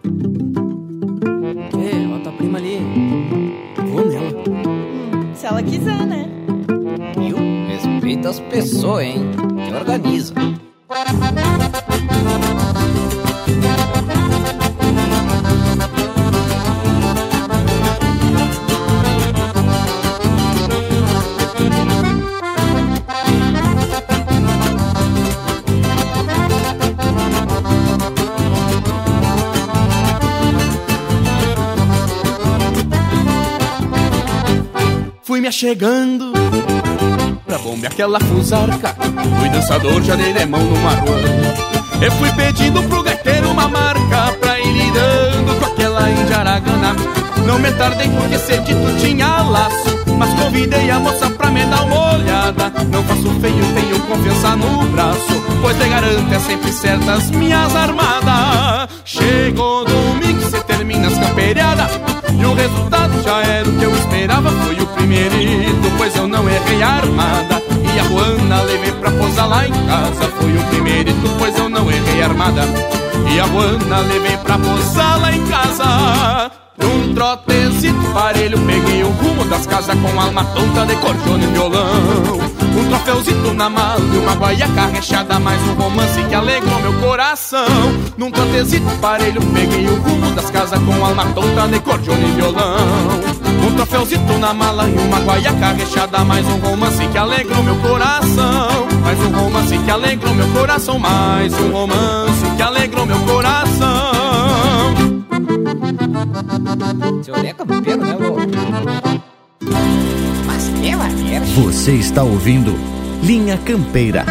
Speaker 18: Ei, olha a tua prima ali. Vou nela.
Speaker 20: Se ela quiser, né?
Speaker 18: Viu? Respeita as pessoas, hein? Que organiza.
Speaker 19: Fui me achegando pra bombear aquela fusarca, fui dançador, já dei de mão no maruano. Eu fui pedindo pro gaiteiro uma marca pra ir lidando com aquela indiaragana. Não me tardei porque cedito tinha laço, mas convidei a moça pra me dar uma olhada. Não faço feio, tenho confiança no braço, pois te garanto é sempre certas minhas armadas. Chegou domingo, cê termina as camperiadas, e o resultado já era o que eu esperava. Foi o primeirito, pois eu não errei a armada, e a Juana levei pra posar lá em casa. Foi o primeirito, pois eu não errei a armada, e a Juana levei pra posar lá em casa. Num trotezito parelho peguei o rumo das casas, com alma tonta de cordiona e violão. Um troféuzito na mala e uma guaiaca rechada, mais um romance que alegrou meu coração. Num trotezito parelho peguei o rumo das casas, com alma tonta de cordiona e violão. Um troféuzito na mala e uma guaiaca rechada, mais um romance que alegrou meu coração. Mais um romance que alegrou meu coração, mais um romance que alegrou meu coração.
Speaker 18: Seu Zé Campeiro, né, vô? Mas que maneira.
Speaker 2: Você está ouvindo Linha Campeira.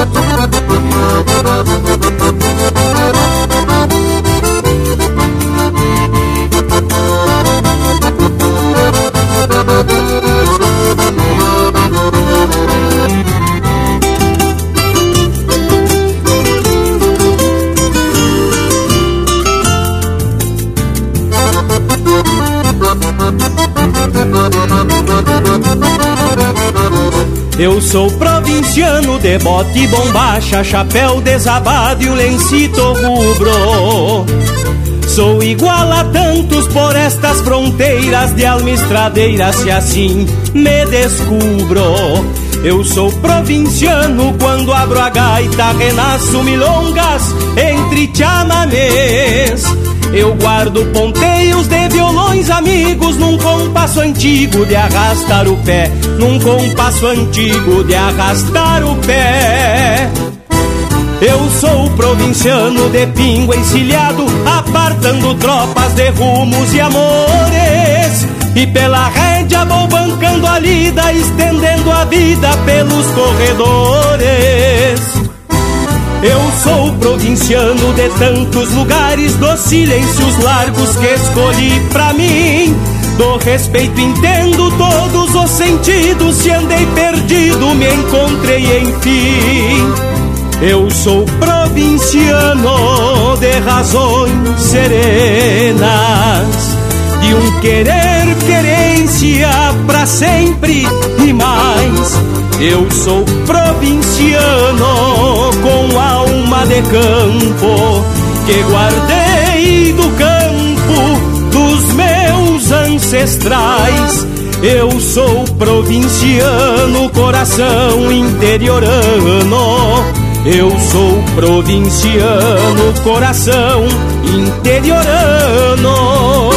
Speaker 20: Eu sou provinciano de bote e bombacha, chapéu desabado e o lencito rubro. Sou igual a tantos por estas fronteiras de alma estradeira, se assim me descubro. Eu sou provinciano quando abro a gaita, renasço milongas entre chamamés. Eu guardo ponteios de violões amigos num compasso antigo de arrastar o pé, num compasso antigo de arrastar o pé. Eu sou provinciano de pingo encilhado, apartando tropas de rumos e amores. E pela rédea vou bancando a lida, estendendo a vida pelos corredores. Eu sou provinciano de tantos lugares, dos silêncios largos que escolhi pra mim. Do respeito entendo todos os sentidos, se andei perdido me encontrei enfim. Eu sou provinciano de razões serenas, de um querer querência pra sempre e mais. Eu sou provinciano com alma de campo, que guardei do campo dos meus ancestrais. Eu sou provinciano, coração interiorano. Eu sou provinciano, coração interiorano.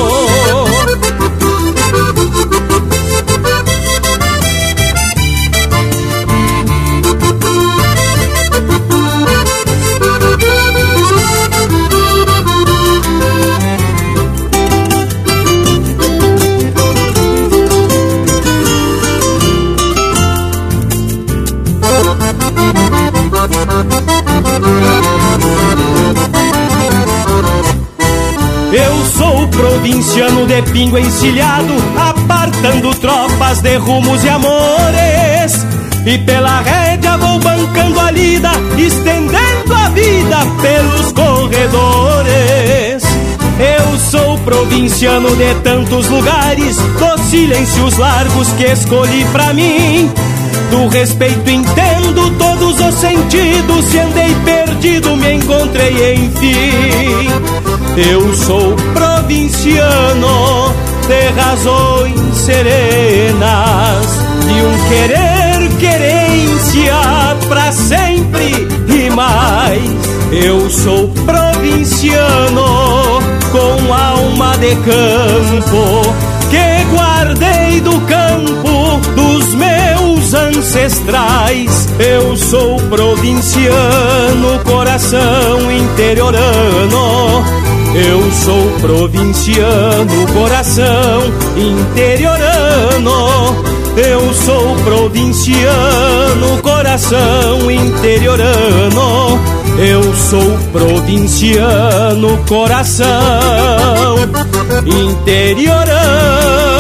Speaker 20: Eu sou provinciano de pingo encilhado, apartando tropas de rumos e amores. E pela rédea vou bancando a lida, estendendo a vida pelos corredores. Eu sou provinciano de tantos lugares, dos silêncios largos que escolhi pra mim. Do respeito entendo todos os sentidos, se andei perdido me encontrei enfim. Eu sou provinciano de razões serenas, de um querer querência pra sempre e mais. Eu sou provinciano com alma de campo, que guardei do campo dos meus ancestrais. Eu sou provinciano, coração interiorano. Eu sou provinciano, coração interiorano. Eu sou provinciano, coração interiorano. Eu sou provinciano, coração interiorano.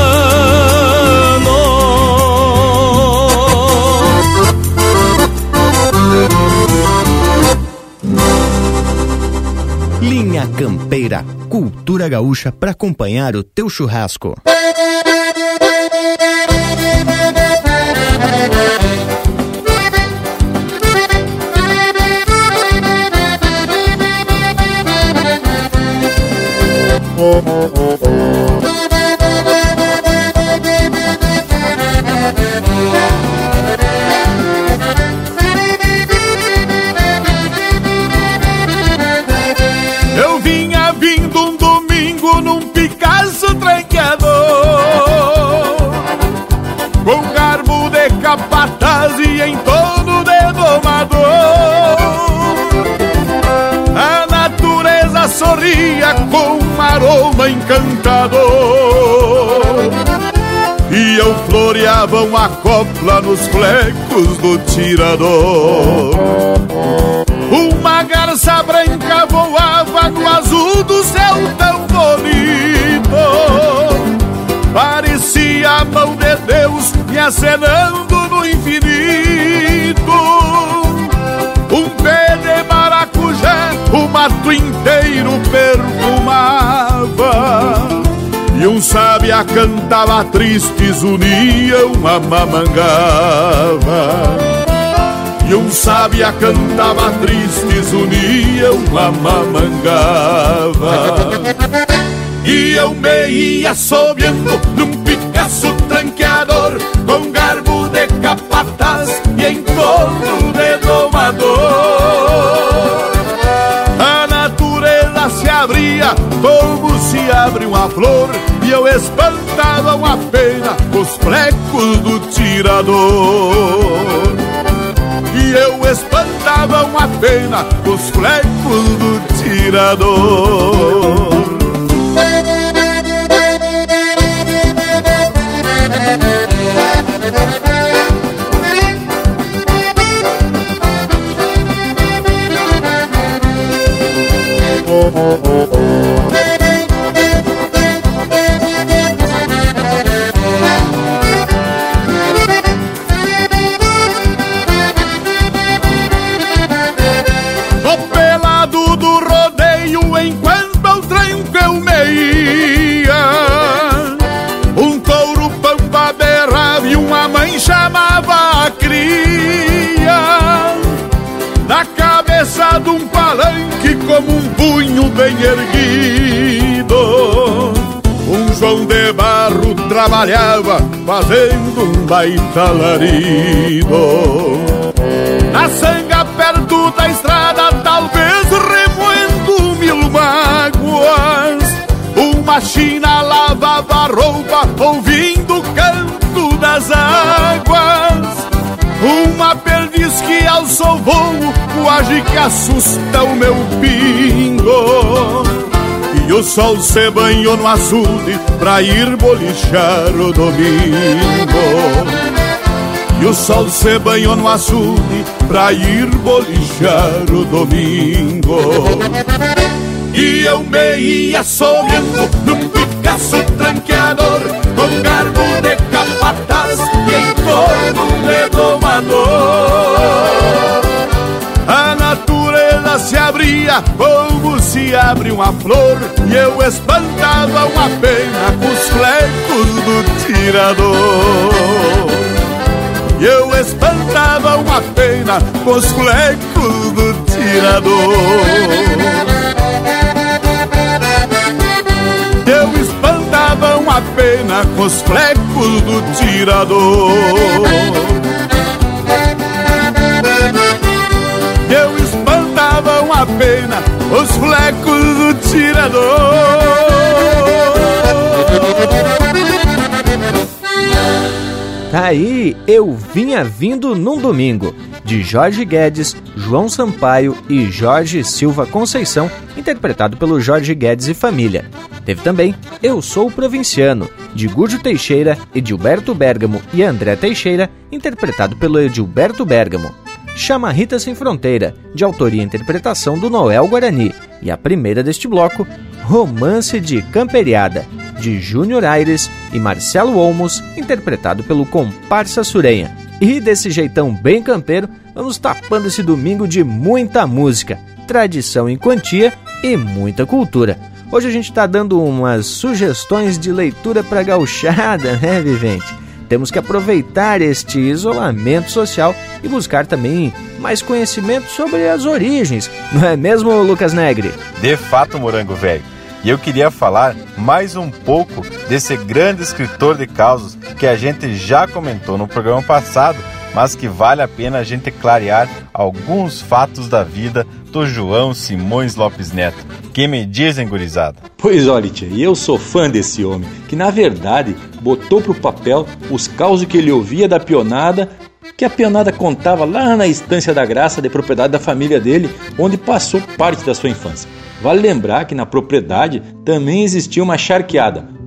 Speaker 2: Linha Campeira, cultura gaúcha para acompanhar o teu churrasco.
Speaker 8: Eu vinha vindo um domingo num Picasso tranqueador, com garbo de capataz e em torno de domador. A natureza sorria com um aroma encantador, e
Speaker 15: eu floreava uma copla nos flecos do tirador. Uma garça branca voava no azul do céu tão bonito. Parecia a mão de Deus me acenando no infinito. Um pé de maracujá o mato inteiro perfumava, e um sabiá cantava tristes, unia uma mamangava. E um sabiá cantava tristes, unia uma mamangava. E eu me ia assobiando num Picasso tranqueador, com garbo de capataz e em torno de domador. A natureza se abria como se abre uma flor, e eu espantava uma pena os flecos do tirador. E eu espantava uma pena os flecos do tirador. Tô pelado do rodeio enquanto ao tranco eu me ia. Um touro pampa berrava e uma mãe chamava a cria. Na cabeça de um palanque como um punho bem erguido, um João de Barro trabalhava fazendo um baita alarido. Na sanga perto da estrada, talvez remoendo mil mágoas, uma china lavava a roupa ouvindo o canto das águas. Uma perdiz que alçou voo, coage que assusta o meu pingo. E o sol se banhou no açude pra ir bolichar o domingo. E o sol se banhou no açude pra ir bolichar o domingo. E eu me ia assobiando num Picasso tranqueador, com garbo de capataz e em torno de domador. A natureza se abria como se abre uma flor, e eu espantava uma pena com os flecos do tirador. E eu espantava uma pena com os flecos do tirador. Eu espantava uma pena com os flecos do tirador. Eu espantava uma pena os flecos do tirador.
Speaker 4: Tá aí, Eu Vinha Vindo Num Domingo, de Jorge Guedes, João Sampaio e Jorge Silva Conceição, interpretado pelo Jorge Guedes e Família. Teve também Eu Sou Provinciano, de Gúrgio Teixeira, Edilberto Bérgamo e André Teixeira, interpretado pelo Edilberto Bérgamo. Chama Rita Sem Fronteira, de autoria e interpretação do Noel Guarani. E a primeira deste bloco, Romance de Camperiada, de Júnior Aires e Marcelo Olmos, interpretado pelo Comparsa Surenha. E desse jeitão bem campeiro, vamos tapando esse domingo de muita música, tradição em quantia e muita cultura. Hoje a gente está dando umas sugestões de leitura para gauchada, né, Vivente? Temos que aproveitar este isolamento social e buscar também mais conhecimento sobre as origens, não é mesmo, Lucas Negri?
Speaker 7: De fato, Morango Velho. E eu queria falar mais um pouco desse grande escritor de causos que a gente já comentou no programa passado, mas que vale a pena a gente clarear alguns fatos da vida do João Simões Lopes Neto. Que me dizem, gurizada?
Speaker 1: Pois olha, tia, e eu sou fã desse homem, que na verdade botou pro papel os causos que ele ouvia da pionada, que a pionada contava lá na Estância da Graça, de propriedade da família dele, onde passou parte da sua infância. Vale lembrar que na propriedade também existia uma charqueada,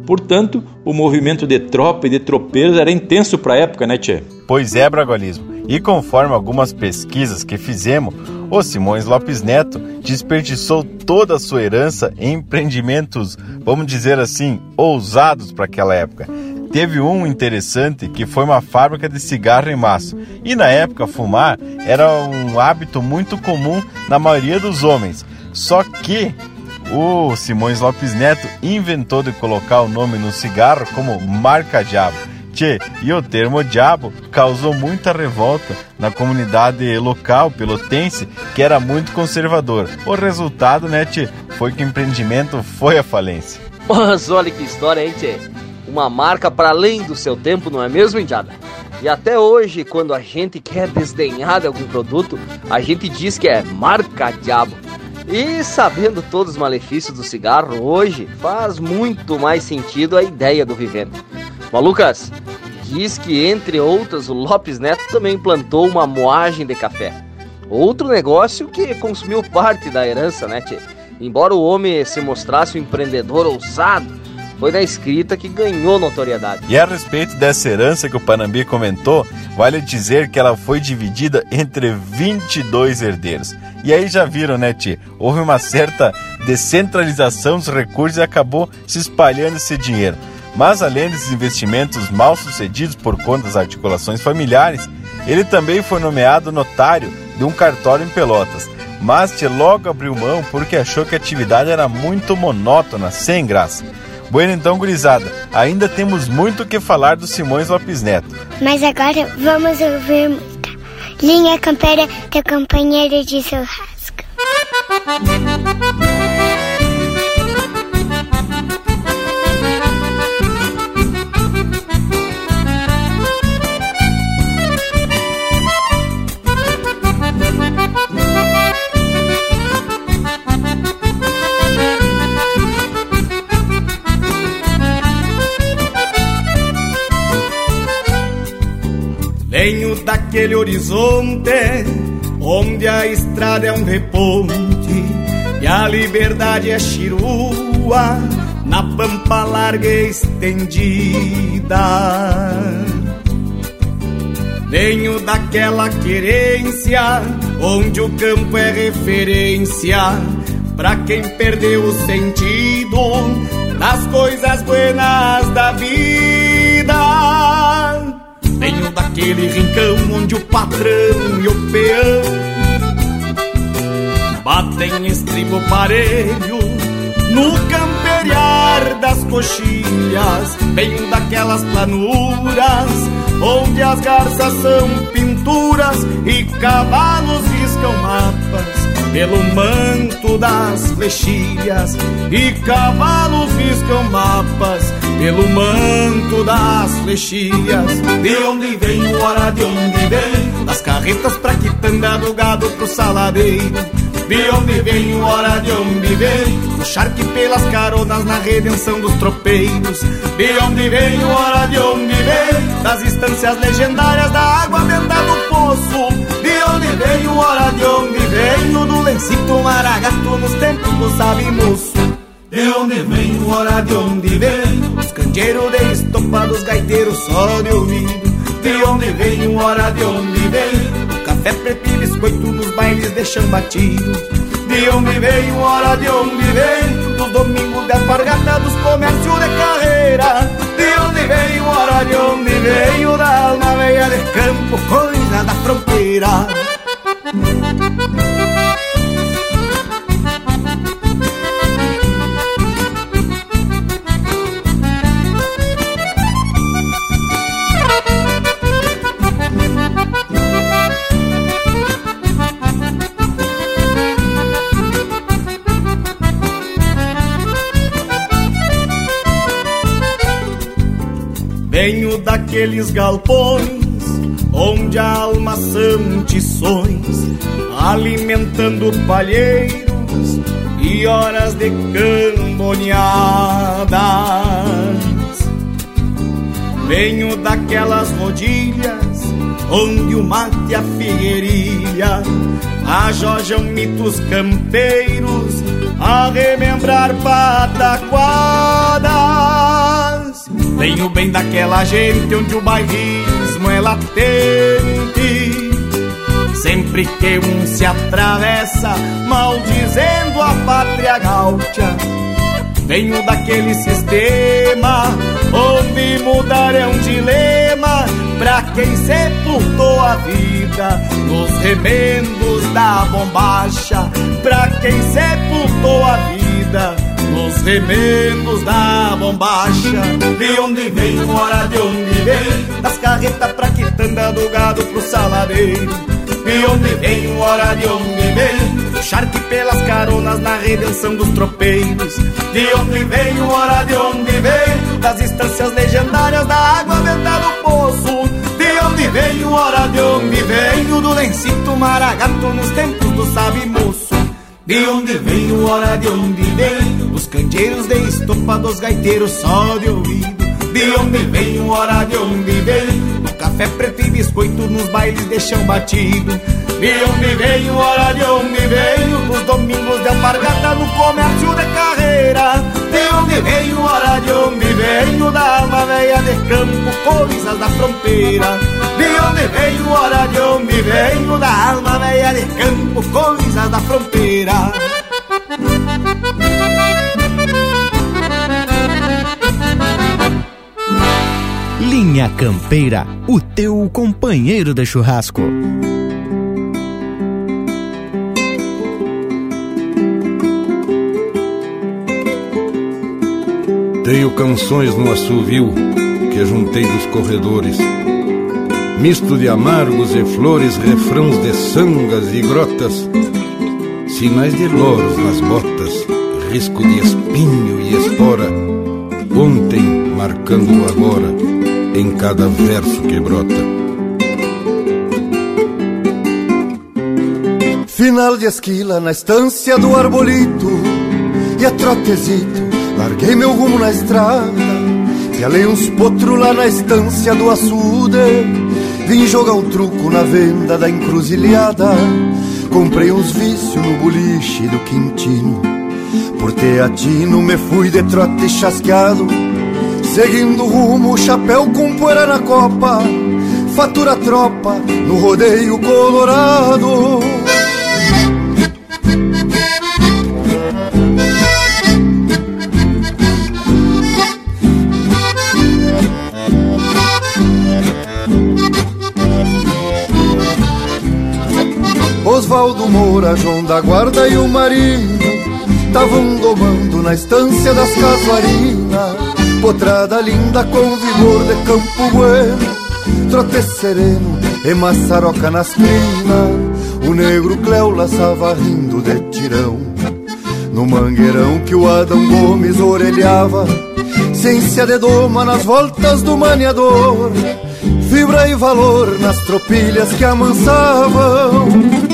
Speaker 1: Portanto, o movimento de tropa e de tropeiros era intenso para a época, né, tchê?
Speaker 7: Pois é, Bragualismo. E conforme algumas pesquisas que fizemos, o Simões Lopes Neto desperdiçou toda a sua herança em empreendimentos, vamos dizer assim, ousados para aquela época. Teve um interessante que foi uma fábrica de cigarro em maço. E na época fumar era um hábito muito comum na maioria dos homens. Só que o Simões Lopes Neto inventou de colocar o nome no cigarro como marca diabo. Tchê, e o termo diabo causou muita revolta na comunidade local pelotense, que era muito conservador. O resultado, né, tchê, foi que o empreendimento foi à falência.
Speaker 5: Mas olha que história, hein, tchê? Uma marca para além do seu tempo, não é mesmo, indiada? E até hoje, quando a gente quer desdenhar de algum produto, a gente diz que é marca diabo. E sabendo todos os malefícios do cigarro, hoje faz muito mais sentido a ideia do vivente. Malucas, diz que, entre outras, o Lopes Neto também plantou uma moagem de café. Outro negócio que consumiu parte da herança, né, tchê? Embora o homem se mostrasse um empreendedor ousado, foi na escrita que ganhou notoriedade.
Speaker 7: E a respeito dessa herança que o Panambi comentou, vale dizer que ela foi dividida entre vinte e dois herdeiros. E aí já viram, né, tchê? Houve uma certa descentralização dos recursos e acabou se espalhando esse dinheiro. Mas além desses investimentos mal sucedidos por conta das articulações familiares, ele também foi nomeado notário de um cartório em Pelotas. Mas tchê, logo abriu mão porque achou que a atividade era muito monótona, sem graça. Bueno, então, gurizada, ainda temos muito o que falar do Simões Lopes Neto.
Speaker 21: Mas agora vamos ouvir música. Linha Campeira, teu companheiro de churrasco.
Speaker 15: Venho daquele horizonte onde a estrada é um reponte e a liberdade é chirua na pampa larga e estendida. Venho daquela querência onde o campo é referência pra quem perdeu o sentido das coisas buenas da vida. Venho daquele rincão onde o patrão e o peão batem estribo parelho no camperiar das coxilhas. Venho daquelas planuras onde as garças são pinturas e cavalos riscam mapas pelo manto das flechilhas. E cavalos riscam mapas pelo manto das flechilhas. De onde vem, ora de onde vem? Das carretas pra quitanda, do gado pro saladeiro. De onde vem, ora de onde vem? Do charque pelas caronas na redenção dos tropeiros. De onde vem, ora de onde vem? Das estâncias legendárias da água benta do poço. De onde vem, ora de onde vem? Do lencito maragato nos tempos do sabe moço. De onde vem, ora de onde vem? Os candeeiros de estopa dos gaiteiros só de ouvido. De onde vem, ora de onde vem? O café preto e biscoito nos bailes de chão batido. De onde vem, ora de onde vem? Dos domingos de alpargata dos comércios de carreira. De onde vem, ora de onde vem? Da alma velha de campo, coisa da fronteira. Venho daqueles galpões onde a alma são tições, alimentando palheiros e horas de camboneadas. Venho daquelas rodilhas onde o mate e a figueirilha ajojam mitos campeiros a remembrar pataquadas.
Speaker 19: Venho bem daquela gente onde o bairrismo é latente. Sempre que um se atravessa, maldizendo a pátria gaúcha. Venho daquele sistema onde mudar é um dilema pra quem sepultou a vida nos remendos da bombacha. Pra quem sepultou a vida nos remendos da bombacha. De onde vem, mora de onde vem, das carretas pra quitanda, do gado pro saladeiro. De onde vem, mora de onde vem, do charque pelas caronas na redenção dos tropeiros. De onde vem, mora de onde vem, das estâncias legendárias da água venta do poço. De onde vem, mora de onde vem, do lencito maragato nos tempos do sabe moço. De onde vem, hora de onde vem, os candeeiros de estopa dos gaiteiros só de ouvido. De onde vem, hora de onde vem, no café preto e biscoito nos bailes de chão batido. De onde vem, hora de onde vem, nos domingos de alpargata no comércio de carreira. De onde vem, hora de onde vem, da alma velha de campo, coisas da fronteira. De onde vem, hora de onde vem, da alma velha de campo, coisas da fronteira.
Speaker 2: Linha Campeira, o teu companheiro de churrasco.
Speaker 14: Tenho canções no assovio que juntei dos corredores, misto de amargos e flores, refrãos de sangas e grotas, sinais de loros nas botas, risco de espinho e espora, ontem marcando o agora em cada verso que brota.
Speaker 10: Final de esquila na estância do arbolito, e a trotezito larguei meu rumo na estrada. Pialei uns potros lá na estância do açude, vim jogar um truco na venda da encruzilhada. Comprei uns vícios no boliche do Quintino, por teatino me fui de trote chasqueado, seguindo o rumo, chapéu com poeira na copa, fatura tropa no rodeio colorado. Osvaldo Moura, João da Guarda e o Marinho tavam domando na estância das casuarinas. Potrada linda com vigor de Campo Bueno, trote sereno e maçaroca nas crinas. O negro Cléo laçava rindo de tirão no mangueirão que o Adão Gomes orelhava. Ciência de doma nas voltas do maniador, fibra e valor nas tropilhas que amansavam.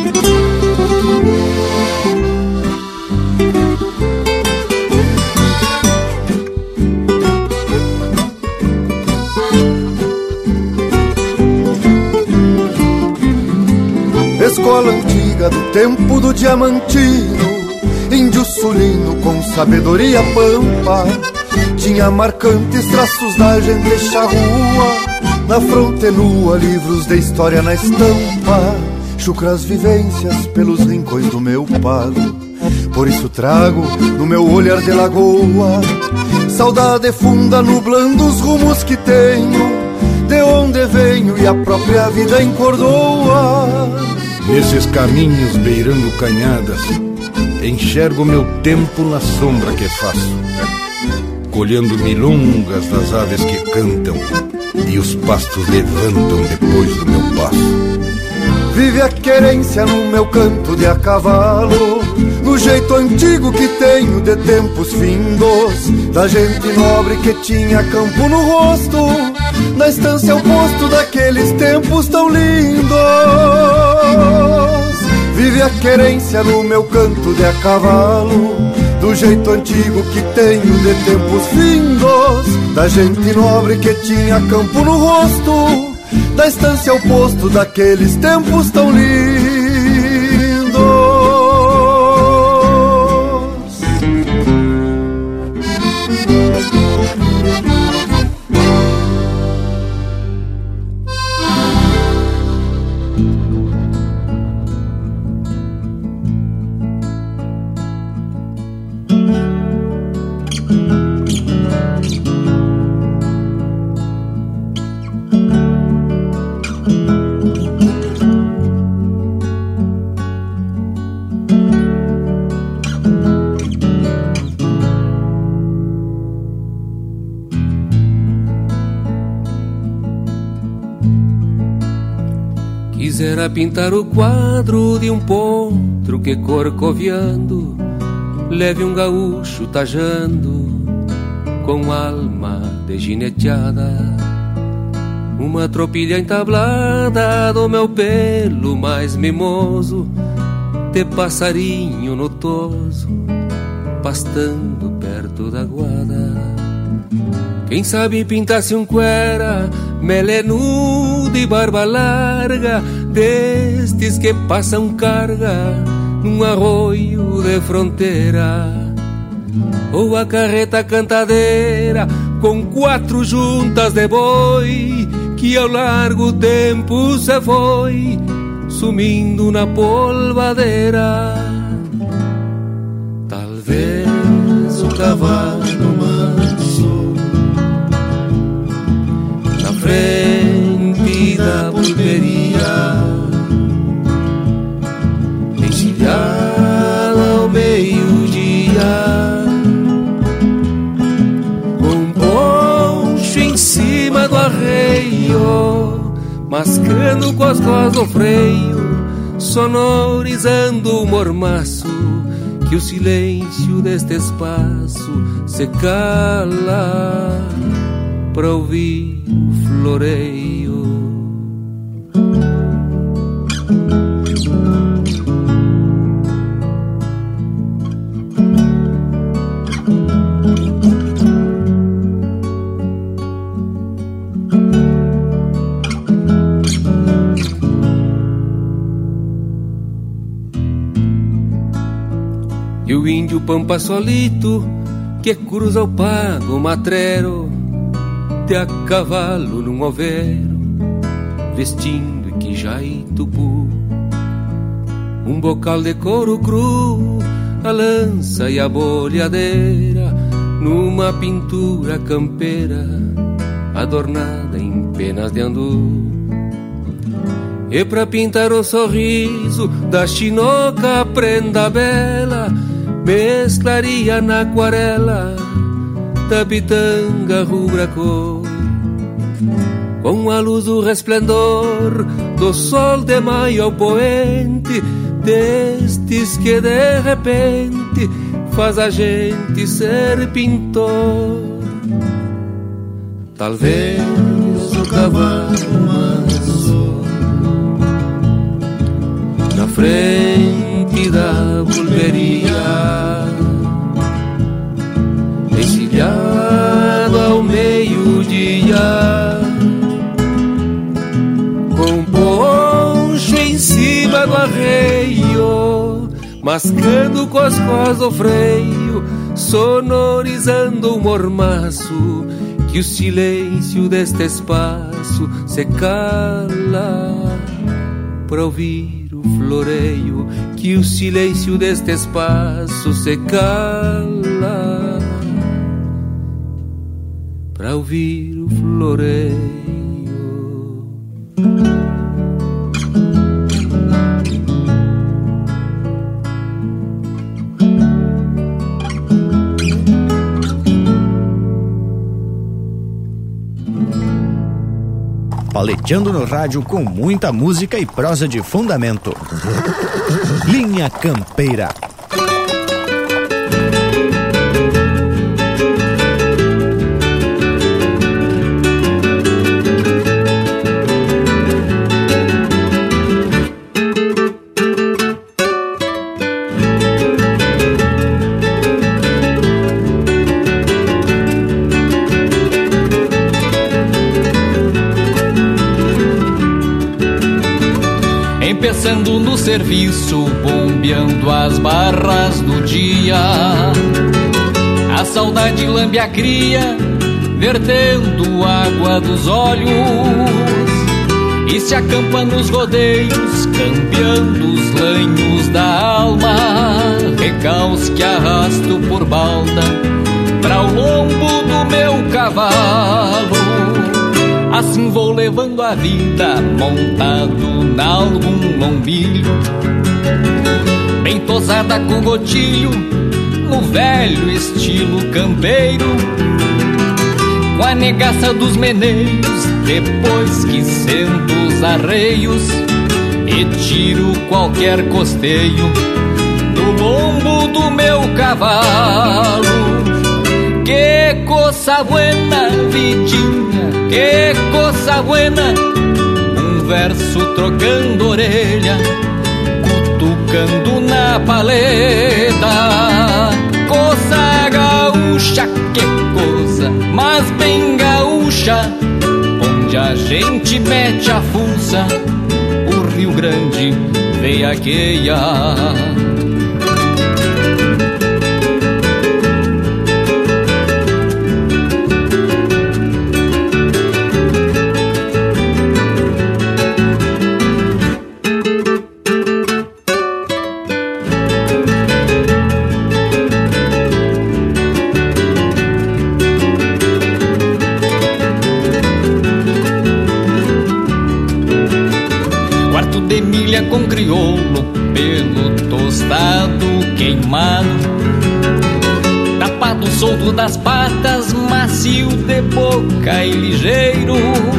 Speaker 10: Escola antiga do tempo do Diamantino, índio sulino com sabedoria pampa, tinha marcantes traços da gente charrua, na fronte nua livros de história na estampa, chucras vivências pelos rincões do meu pago. Por isso trago no meu olhar de lagoa saudade funda nublando os rumos que tenho, de onde venho e a própria vida encordoa.
Speaker 14: Nesses caminhos beirando canhadas, enxergo meu tempo na sombra que faço, colhendo milongas das aves que cantam e os pastos levantam depois do meu passo.
Speaker 10: Vive a querência no meu canto de a cavalo, no jeito antigo que tenho de tempos findos, da gente nobre que tinha campo no rosto, na estância oposto daqueles tempos tão lindos. Vive a querência no meu canto de a cavalo, do jeito antigo que tenho de tempos findos, da gente nobre que tinha campo no rosto, da estância oposto daqueles tempos tão lindos.
Speaker 13: para pintar o quadro de um potro que corcoviando leve um gaúcho tajando com alma de gineteada. Uma tropilha entablada do meu pelo mais mimoso, de passarinho notoso, pastando perto da guada. Quem sabe pintasse um cuera, melenudo e barba larga, destes que passam carga num arroio de fronteira. Ou a carreta cantadeira com quatro juntas de boi, que ao largo tempo se foi sumindo na polvadeira. Talvez o cavalo manso na frente da pulperia, encilhada ao meio-dia, em cima do arreio, mascando com as costas do freio, sonorizando o mormaço, que o silêncio deste espaço se cala pra ouvir o floreio. E o índio pampa solito que cruza o pago matreiro, de a cavalo num oveiro, vestindo Iquijaitupu. Um bocal de couro cru, a lança e a bolhadeira, numa pintura campeira, adornada em penas de andu. E pra pintar o sorriso da chinoca prenda bela, mesclaria na aquarela da pitanga rubra cor, com a luz do resplendor do sol de maio ao poente, destes que de repente faz a gente ser pintor. Talvez o cavalo manso na frente da pulperia, encilhado ao meio-dia, com poncho em cima do arreio, mascando com as costas do freio, sonorizando o mormaço, que o silêncio deste espaço se cala para ouvir o floreio, que o silêncio deste espaço se cala para ouvir o floreio.
Speaker 2: Paleteando no rádio com muita música e prosa de fundamento. Linha Campeira.
Speaker 11: Pensando no serviço, bombeando as barras do dia, a saudade lambe a cria, vertendo água dos olhos, e se acampa nos rodeios, campeando os lanhos da alma, recaus que arrasto por balda pra o lombo do meu cavalo. Assim vou levando a vida, montado nalgum lombilho, bem tosada com gotilho, no velho estilo campeiro, com a negaça dos meneios, depois que sento os arreios, e tiro qualquer costeio do lombo do meu cavalo. Que coisa buena, vidinha, que coisa buena, um verso trocando orelha, cutucando na paleta. Coisa gaúcha, que coisa, mas bem gaúcha, onde a gente mete a fuça, o Rio Grande veiaqueia. Com crioulo, pelo tostado queimado, tapado solto das patas, macio de boca e ligeiro,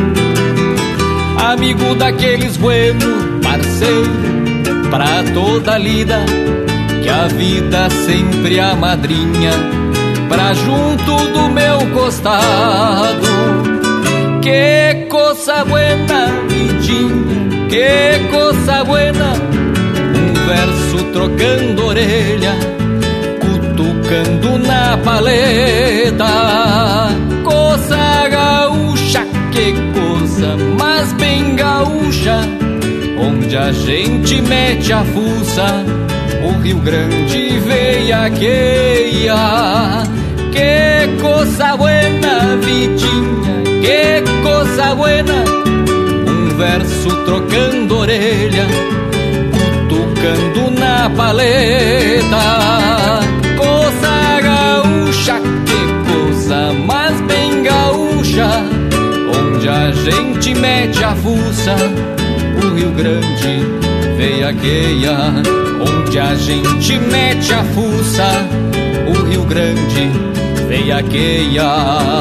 Speaker 11: amigo daqueles bueno, parceiro pra toda lida, que a vida sempre a madrinha pra junto do meu costado. Que coisa buena, vidinha, que coisa buena, um verso trocando orelha, cutucando na paleta. Coisa gaúcha, que coisa, mas bem gaúcha, onde a gente mete a fuça, o Rio Grande veiaqueia. Que coisa buena, vidinha, que coisa buena, verso trocando orelha, cutucando na paleta. Coisa gaúcha, que coisa, mas bem gaúcha, onde a gente mete a fuça, o Rio Grande veiaqueia. Onde a gente mete a fuça, o Rio Grande veiaqueia.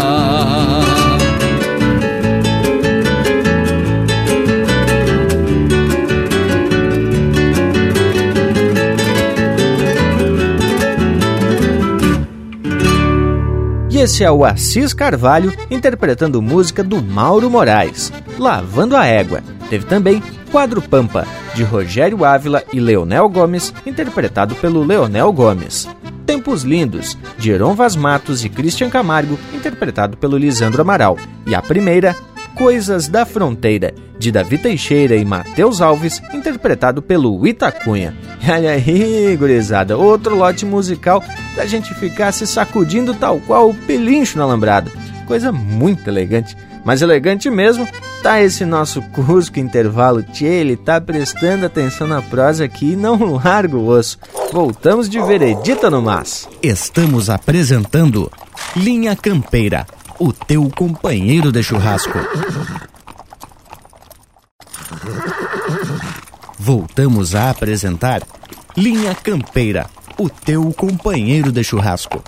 Speaker 4: Esse é o Assis Carvalho interpretando música do Mauro Moraes, Lavando a Égua. Teve também Quadro Pampa, de Rogério Ávila e Leonel Gomes, interpretado pelo Leonel Gomes. Tempos Lindos, de Heron Vaz Matos e Christian Camargo, interpretado pelo Lisandro Amaral. E a primeira, Coisas da Fronteira, de Davi Teixeira e Matheus Alves, interpretado pelo Itacunha. Olha aí, gurizada, outro lote musical da gente ficar se sacudindo tal qual o pelincho no alambrado. Coisa muito elegante, mas elegante mesmo tá esse nosso Cusco Intervalo. Tchê, ele tá prestando atenção na prosa aqui e não larga o osso. Voltamos de veredita no mas.
Speaker 2: Estamos apresentando Linha Campeira, o teu companheiro de churrasco. Voltamos a apresentar Linha Campeira, o teu companheiro de churrasco.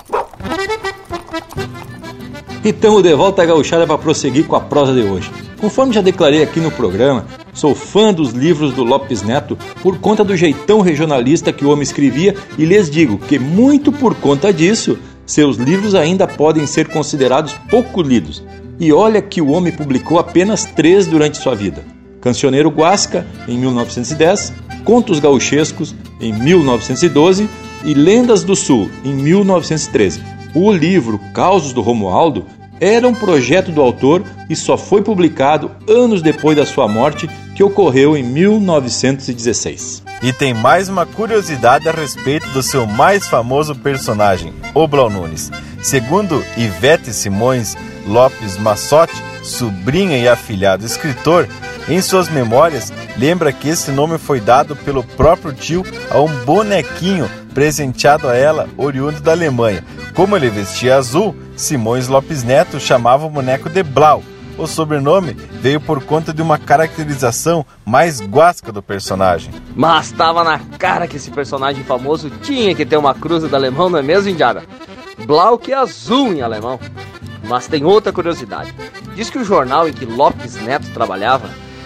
Speaker 1: E estamos de volta à gauchada para prosseguir com a prosa de hoje. Conforme já declarei aqui no programa, sou fã dos livros do Lopes Neto por conta do jeitão regionalista que o homem escrevia, e lhes digo que muito por conta disso, seus livros ainda podem ser considerados pouco lidos. E olha que o homem publicou apenas três durante sua vida: Cancioneiro Guasca, em mil novecentos e dez, Contos Gauchescos, em mil novecentos e doze e Lendas do Sul, em mil novecentos e treze. O livro Causos do Romualdo era um projeto do autor e só foi publicado anos depois da sua morte, que ocorreu em mil novecentos e dezesseis.
Speaker 7: E tem mais uma curiosidade a respeito do seu mais famoso personagem, o Blau Nunes. Segundo Ivete Simões Lopes Massotti, sobrinha e afilhado escritor, em suas memórias, lembra que esse nome foi dado pelo próprio tio a um bonequinho presenteado a ela, oriundo da Alemanha. Como ele vestia azul, Simões Lopes Neto chamava o boneco de Blau. O sobrenome veio por conta de uma caracterização mais guasca do personagem.
Speaker 5: Mas estava na cara que esse personagem famoso tinha que ter uma cruz do alemão, não é mesmo, indiada? Blau que é azul em alemão. Mas tem outra curiosidade. Diz que o jornal em que Lopes Neto trabalhava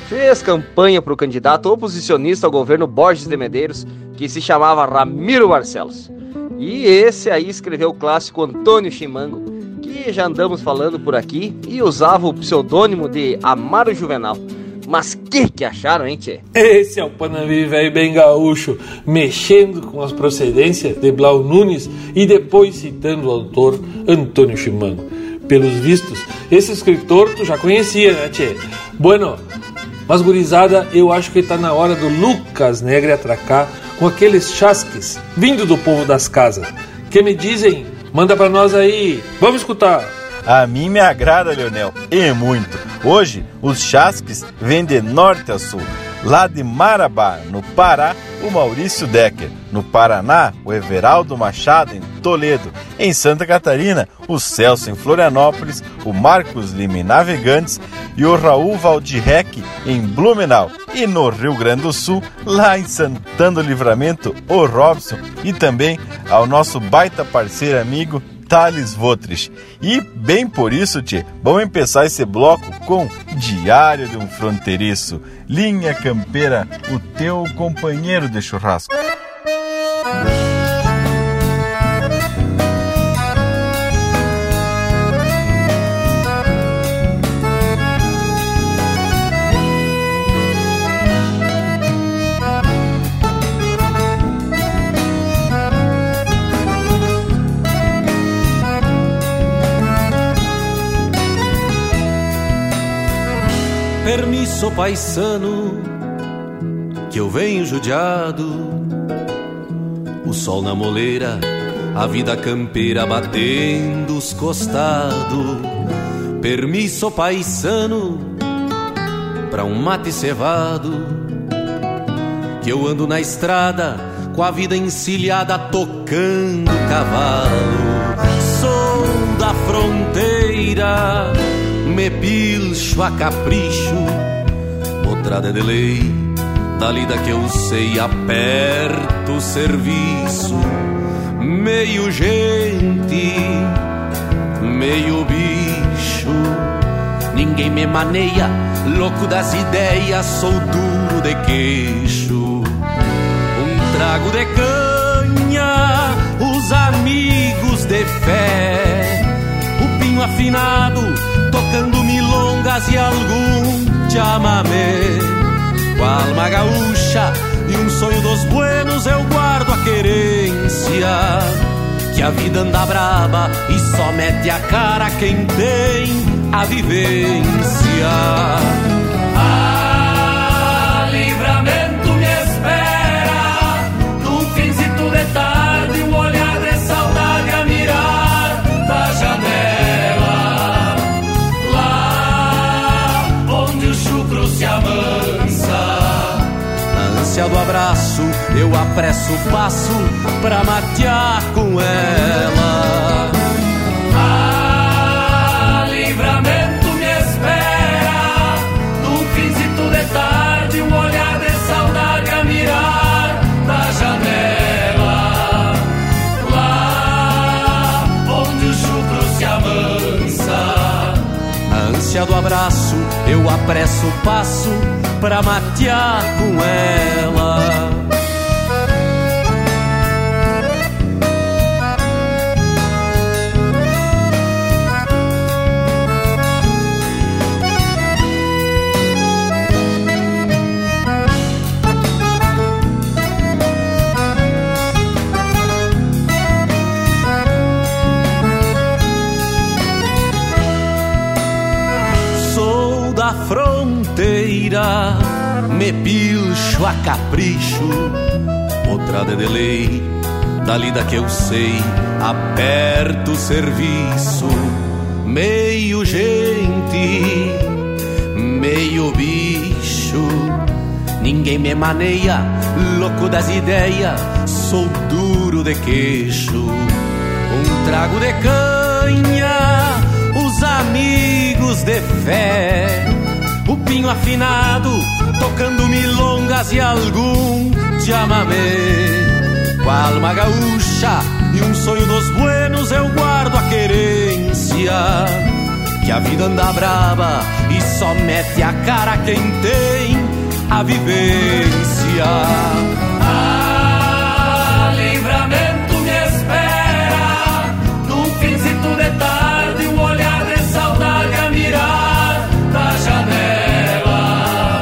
Speaker 5: fez campanha para o candidato oposicionista ao governo Borges de Medeiros, que se chamava Ramiro Barcelos. E esse aí escreveu o clássico Antônio Chimango, que já andamos falando por aqui, e usava o pseudônimo de Amaro Juvenal. Mas que que acharam, hein, tchê?
Speaker 6: Esse é o Panambi velho bem gaúcho, mexendo com as procedências de Blau Nunes e depois citando o autor Antônio Chimango. Pelos vistos, esse escritor tu já conhecia, né, tchê? Bueno, mas gurizada, eu acho que tá na hora do Lucas Negre atracar com aqueles chasques vindo do povo das casas. Que me dizem? Manda pra nós aí, vamos escutar.
Speaker 7: A mim me agrada, Leonel, e muito. Hoje, os chasques vêm de norte a sul. Lá de Marabá, no Pará, o Maurício Decker. No Paraná, o Everaldo Machado, em Toledo. Em Santa Catarina, o Celso, em Florianópolis. O Marcos Lima, em Navegantes. E o Raul Valdirec, em Blumenau. E no Rio Grande do Sul, lá em Santana do Livramento, o Robson. E também ao nosso baita parceiro amigo, Thales Votrich. E bem por isso, tchê, vamos começar esse bloco com Diário de um Fronteiriço. Linha Campeira, o teu companheiro de churrasco.
Speaker 3: Permisso, paisano, que eu venho judiado. O sol na moleira, a vida campeira batendo os costados. Permisso, paisano, pra um mate cevado, que eu ando na estrada com a vida encilhada tocando cavalo. Sou da fronteira, me pilcho a capricho, potrada de lei, da lida que eu sei, aperto o serviço. Meio gente, meio bicho, ninguém me maneia, louco das ideias, sou duro de queixo. Um trago de canha, os amigos de fé, o pinho afinado, tocando milongas e algum chamamé. Com a alma gaúcha e um sonho dos buenos, eu guardo a querência, que a vida anda braba e só mete a cara quem tem a vivência. Ah, livramento me espera, num finzito de tarde, um olhar de saudade a mirar da janela. Se amansa, na ânsia do abraço, eu apresso o passo pra matear com ela. Ah, livramento me espera, num finzito de tarde, um olhar de saudade a mirar da janela. Lá onde o chucro se amansa, na ânsia do abraço, eu apresso o passo pra matear com ela. Sou da fronteira, me pilcho a capricho, potrada de lei, da lida que eu sei, aperto o serviço. Meio gente, meio bicho, ninguém me maneia, louco das ideias, sou duro de queixo. Um trago de canha, os amigos de fé, o pinho afinado, tocando milongas e algum chamamé. Com a alma gaúcha e um sonho dos buenos, eu guardo a querência, que a vida anda braba e só mete
Speaker 20: mete a cara quem tem a vivência.
Speaker 3: Ah, livramento me espera, num finzito de tarde, um olhar de saudade a mirar da janela,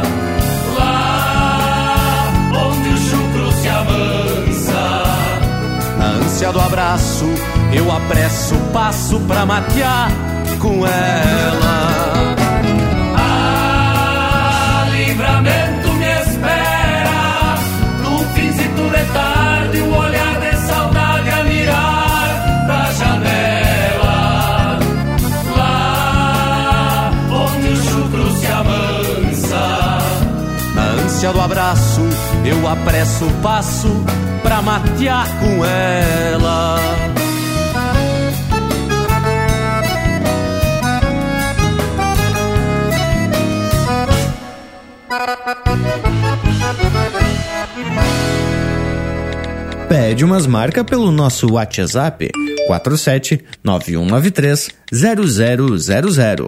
Speaker 3: lá onde o chucro se avança.
Speaker 20: Na ânsia do abraço, eu apresso o passo pra matear com ela.
Speaker 3: Ah, livramento me espera, num finzito de tarde, um olhar de saudade a mirar da janela, lá onde o chucro se avança.
Speaker 20: Na ânsia do abraço, eu apresso o passo pra matear com ela.
Speaker 2: Pede umas marcas pelo nosso WhatsApp quatro sete nove um nove três zero zero zero zero.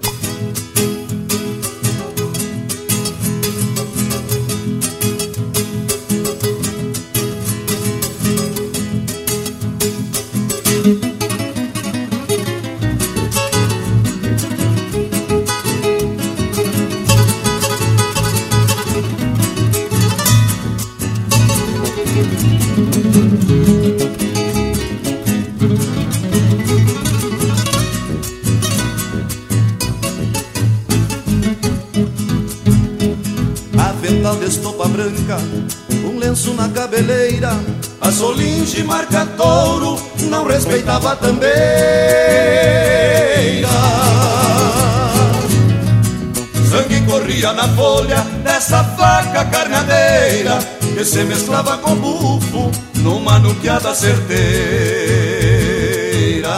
Speaker 15: Avental de estopa branca, um lenço na cabeleira, a solinge marca touro, não respeitava a tambeira. Sangue corria na folha dessa faca carneadeira, que se mesclava com bufo numa nuqueada certeira.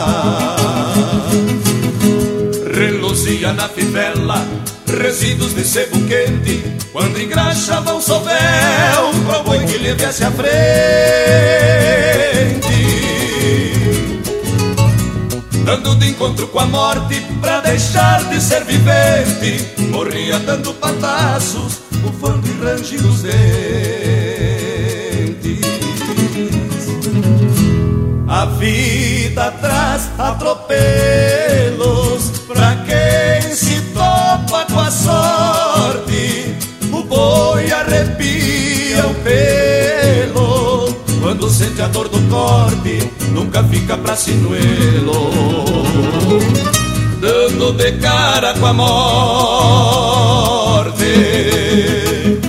Speaker 15: Reluzia na fivela resíduos de sebo quente, quando engraxava o sovel pro boi que lhe viesse à frente. Dando de encontro com a morte pra deixar de ser vivente, morria dando pataços, bufando e rangindo os dentes. A vida traz atropelos pra quem se topa com a sorte. O boi arrepia o pelo quando sente a dor do corte, nunca fica pra sinuelo. Dando de cara com a morte.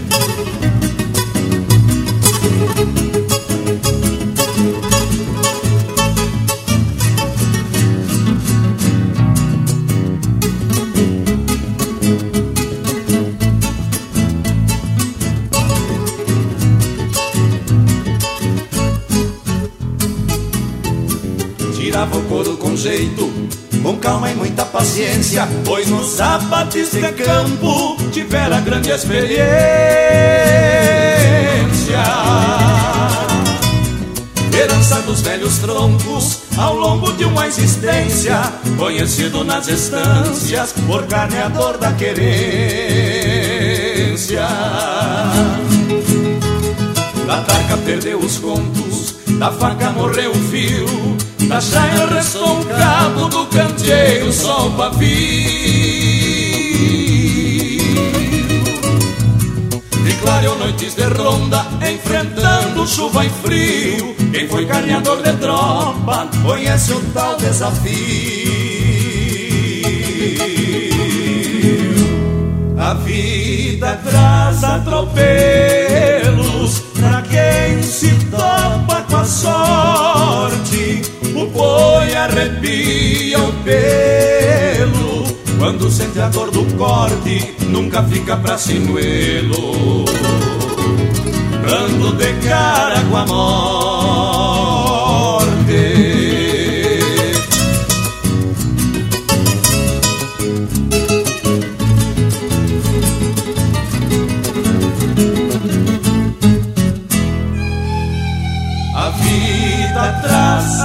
Speaker 15: Tirava o couro com jeito, com calma e muita paciência, pois nos abates de campo tivera grande experiência. Herança dos velhos troncos ao longo de uma existência, conhecido nas estâncias por carneador da querência. Da tarca perdeu os contos, da faca morreu o fio, da chaia restou um cabo, do canteiro só o pavio. E clareou noites de ronda, enfrentando chuva e frio. Quem foi carneador de tropa conhece o tal desafio. A vida traz atropelos pra quem se topa com a sorte. O boi arrepia o pelo quando sente a dor do corte, nunca fica pra sinuelo. Dando de cara com a morte. A vida traz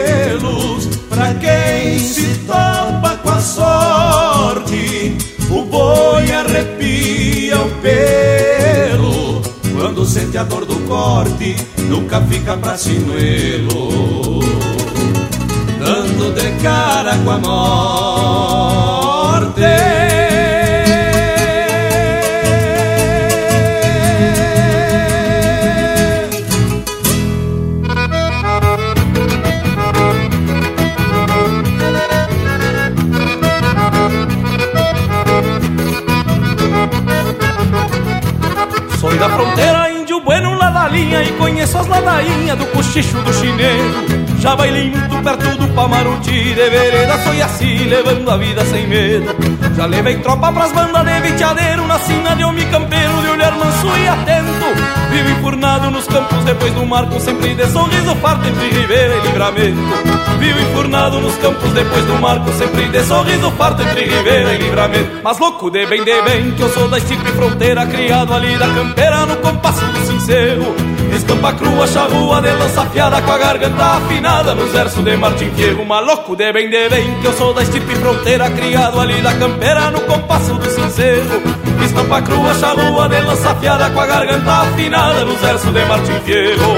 Speaker 15: atropelos pra quem se topa com a sorte. O
Speaker 3: boi arrepia o pelo. Quando sente a dor do corte, nunca fica pra sinuelo, dando de cara com a morte. Sou da fronteira, índio bueno lá da linha, e conheço as ladainhas do cochicho do chineiro. Já vai lindo perto do Pamaruti, de vereda foi assim, levando a vida sem medo. Já levei tropa pras bandas de viteadeiro, na sina de homem campeiro, de olhar manso e atento. Vivo enfurnado nos campos depois do marco, sempre de sorriso farto entre Ribeira e Livramento. Vivo enfurnado nos campos depois do marco, sempre de sorriso farto entre Ribeira e Livramento. Mas louco de bem, de bem, que eu sou da estirpe fronteira, criado ali da campeira no compasso do sincero. Estampa crua, charrua, de lança afiada, com a garganta afinada nos versos de Martim Fierro. Maluco de bem, de bem, que eu sou da estirpe fronteira, criado ali da campeira no compasso do sincero. Estampa crua, charrua, de lança afiada, com a garganta afinada nos versos de Martim Fierro.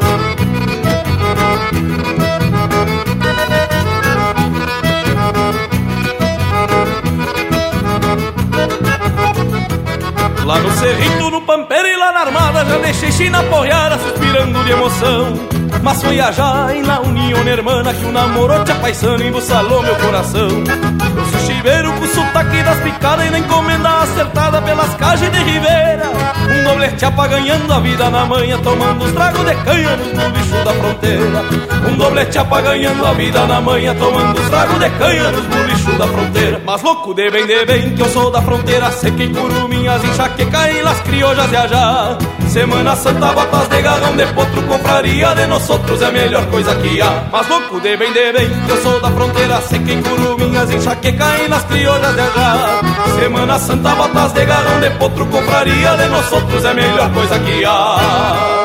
Speaker 3: Lá no cerrito, no pampeiro e lá na armada, já deixei China porreada, suspirando de emoção. Mas foi allá em la união hermana que o namoro te apaixona e embuçalou meu coração. Eu sou chiveiro com sotaque das picadas e na encomenda acertada pelas cajas de Ribeira. Um doblete apaganhando a vida na manhã, tomando os tragos de canha nos bolichos da fronteira. Um doblete apaganhando a vida na manhã, tomando os tragos de canha nos bolichos da fronteira. Mas louco de bem, de bem, que eu sou da fronteira, seca e curuminhas, enxaqueca e las criollas de allá. Semana Santa, botas de garrão de potro, confraria de nós outros é a melhor coisa que há. Mas louco de bem, de bem, que eu sou da fronteira, seca em curuminhas, enxaqueca e nas criollas de allá. Semana Santa, botas de garrão de potro, confraria de nós outros é a melhor coisa que há.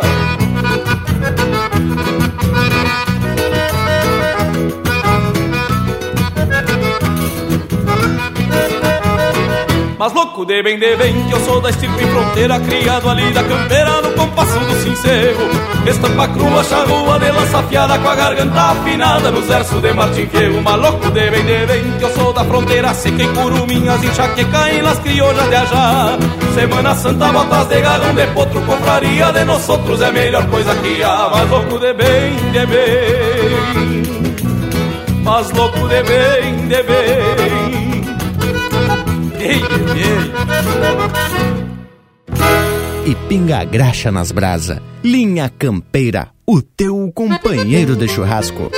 Speaker 3: Mas louco de bem, de bem, que eu sou da estirpe fronteira, criado ali da campeira no compasso do sincero. Estampa crua, charrua, de lança afiada, com a garganta afinada nos versos de Martim Fierro. Mas louco de bem, de bem, que eu sou da fronteira, seca em curuminhas, enxaqueca em las criollas de allá. Semana Santa, botas de garrão de potro, confraria de nós outros é a melhor coisa que há. Mas louco de bem, de bem, mas louco de bem, de bem. Ei, ei.
Speaker 2: E pinga a graxa nas brasa. Linha Campeira, o teu companheiro de churrasco.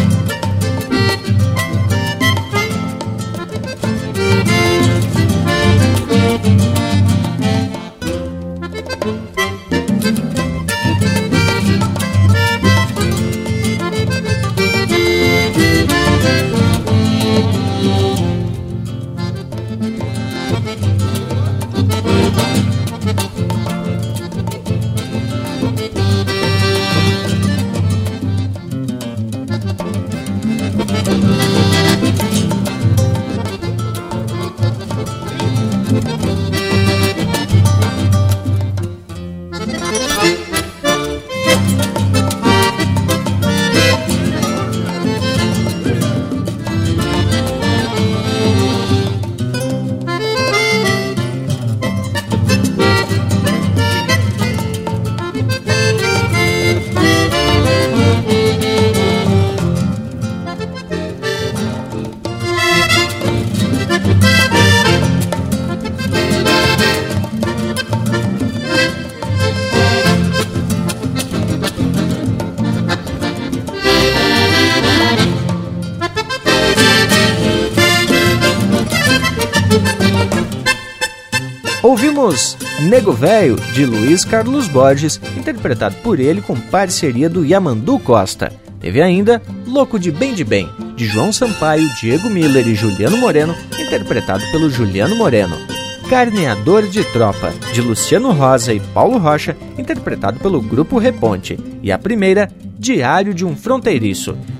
Speaker 4: Ouvimos Nego Velho, de Luiz Carlos Borges, interpretado por ele com parceria do Yamandu Costa. Teve ainda Louco de Bem de Bem, de João Sampaio, Diego Miller e Juliano Moreno, interpretado pelo Juliano Moreno. Carneador de Tropa, de Luciano Rosa e Paulo Rocha, interpretado pelo Grupo Reponte. E a primeira, Diário de um Fronteiriço,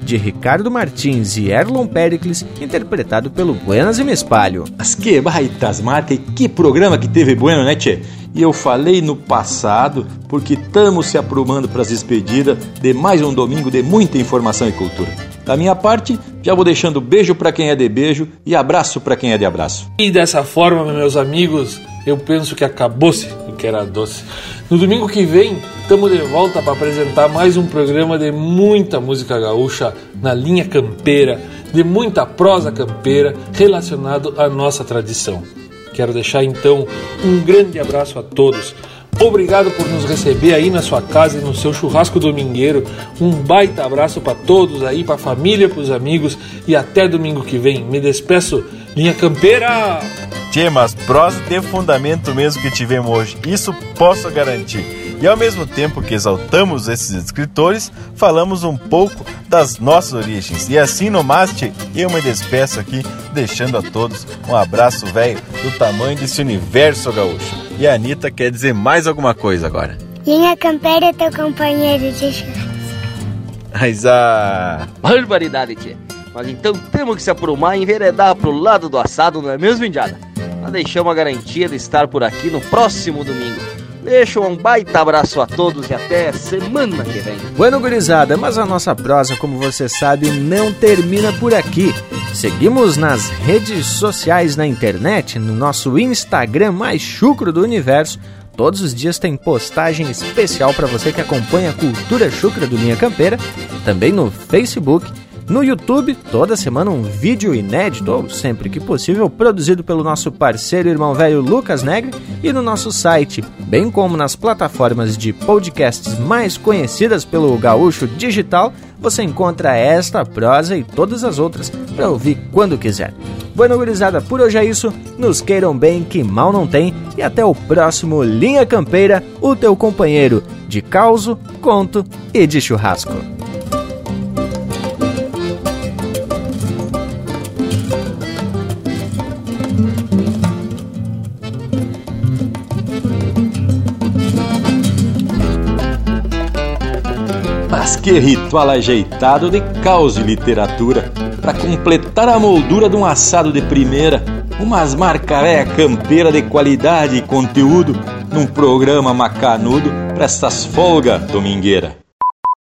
Speaker 4: de Ricardo Martins e Erlon Pericles, interpretado pelo Buenas e Me Espalho.
Speaker 1: Mas que baitas marcas e que programa que teve Bueno, né, tchê? E eu falei no passado porque estamos se aprumando para as despedidas de mais um domingo de muita informação e cultura. Da minha parte, já vou deixando beijo para quem é de beijo e abraço para quem é de abraço.
Speaker 6: E dessa forma, meus amigos, eu penso que acabou-se o que era doce. No domingo que vem, estamos de volta para apresentar mais um programa de muita música gaúcha na linha campeira, de muita prosa campeira relacionado à nossa tradição. Quero deixar então um grande abraço a todos. Obrigado por nos receber aí na sua casa e no seu churrasco domingueiro. Um baita abraço para todos aí, para a família, para os amigos, e até domingo que vem. Me despeço, linha campeira!
Speaker 7: Tchê, mas prosa de fundamento mesmo que tivemos hoje, isso posso garantir. E ao mesmo tempo que exaltamos esses escritores, falamos um pouco das nossas origens. E assim no Maste, eu me despeço aqui, deixando a todos um abraço velho do tamanho desse universo gaúcho. E a Anitta quer dizer mais alguma coisa agora.
Speaker 21: Linha campeira é teu companheiro de churrasco.
Speaker 7: Mas a...
Speaker 5: barbaridade, tchê. Mas então temos que se aprumar e enveredar pro lado do assado, não é mesmo, indiada? Mas deixamos a garantia de estar por aqui no próximo domingo. Deixo um baita abraço a todos e até semana que vem.
Speaker 4: Bueno, gurizada, mas a nossa prosa, como você sabe, não termina por aqui. Seguimos nas redes sociais na internet, no nosso Instagram mais chucro do universo. Todos os dias tem postagem especial para você que acompanha a cultura chucra do Linha Campeira. Também no Facebook. No YouTube, toda semana um vídeo inédito, ou sempre que possível, produzido pelo nosso parceiro e irmão velho Lucas Negre, e no nosso site, bem como nas plataformas de podcasts mais conhecidas pelo Gaúcho Digital, você encontra esta prosa e todas as outras para ouvir quando quiser. Bueno, gurizada, por hoje é isso, nos queiram bem que mal não tem, e até o próximo Linha Campeira, o teu companheiro de causo, conto e de churrasco.
Speaker 1: Mas que ritual ajeitado de caos e literatura, para completar a moldura de um assado de primeira, umas marcaré campeira de qualidade e conteúdo, num programa macanudo para estas folgas domingueira.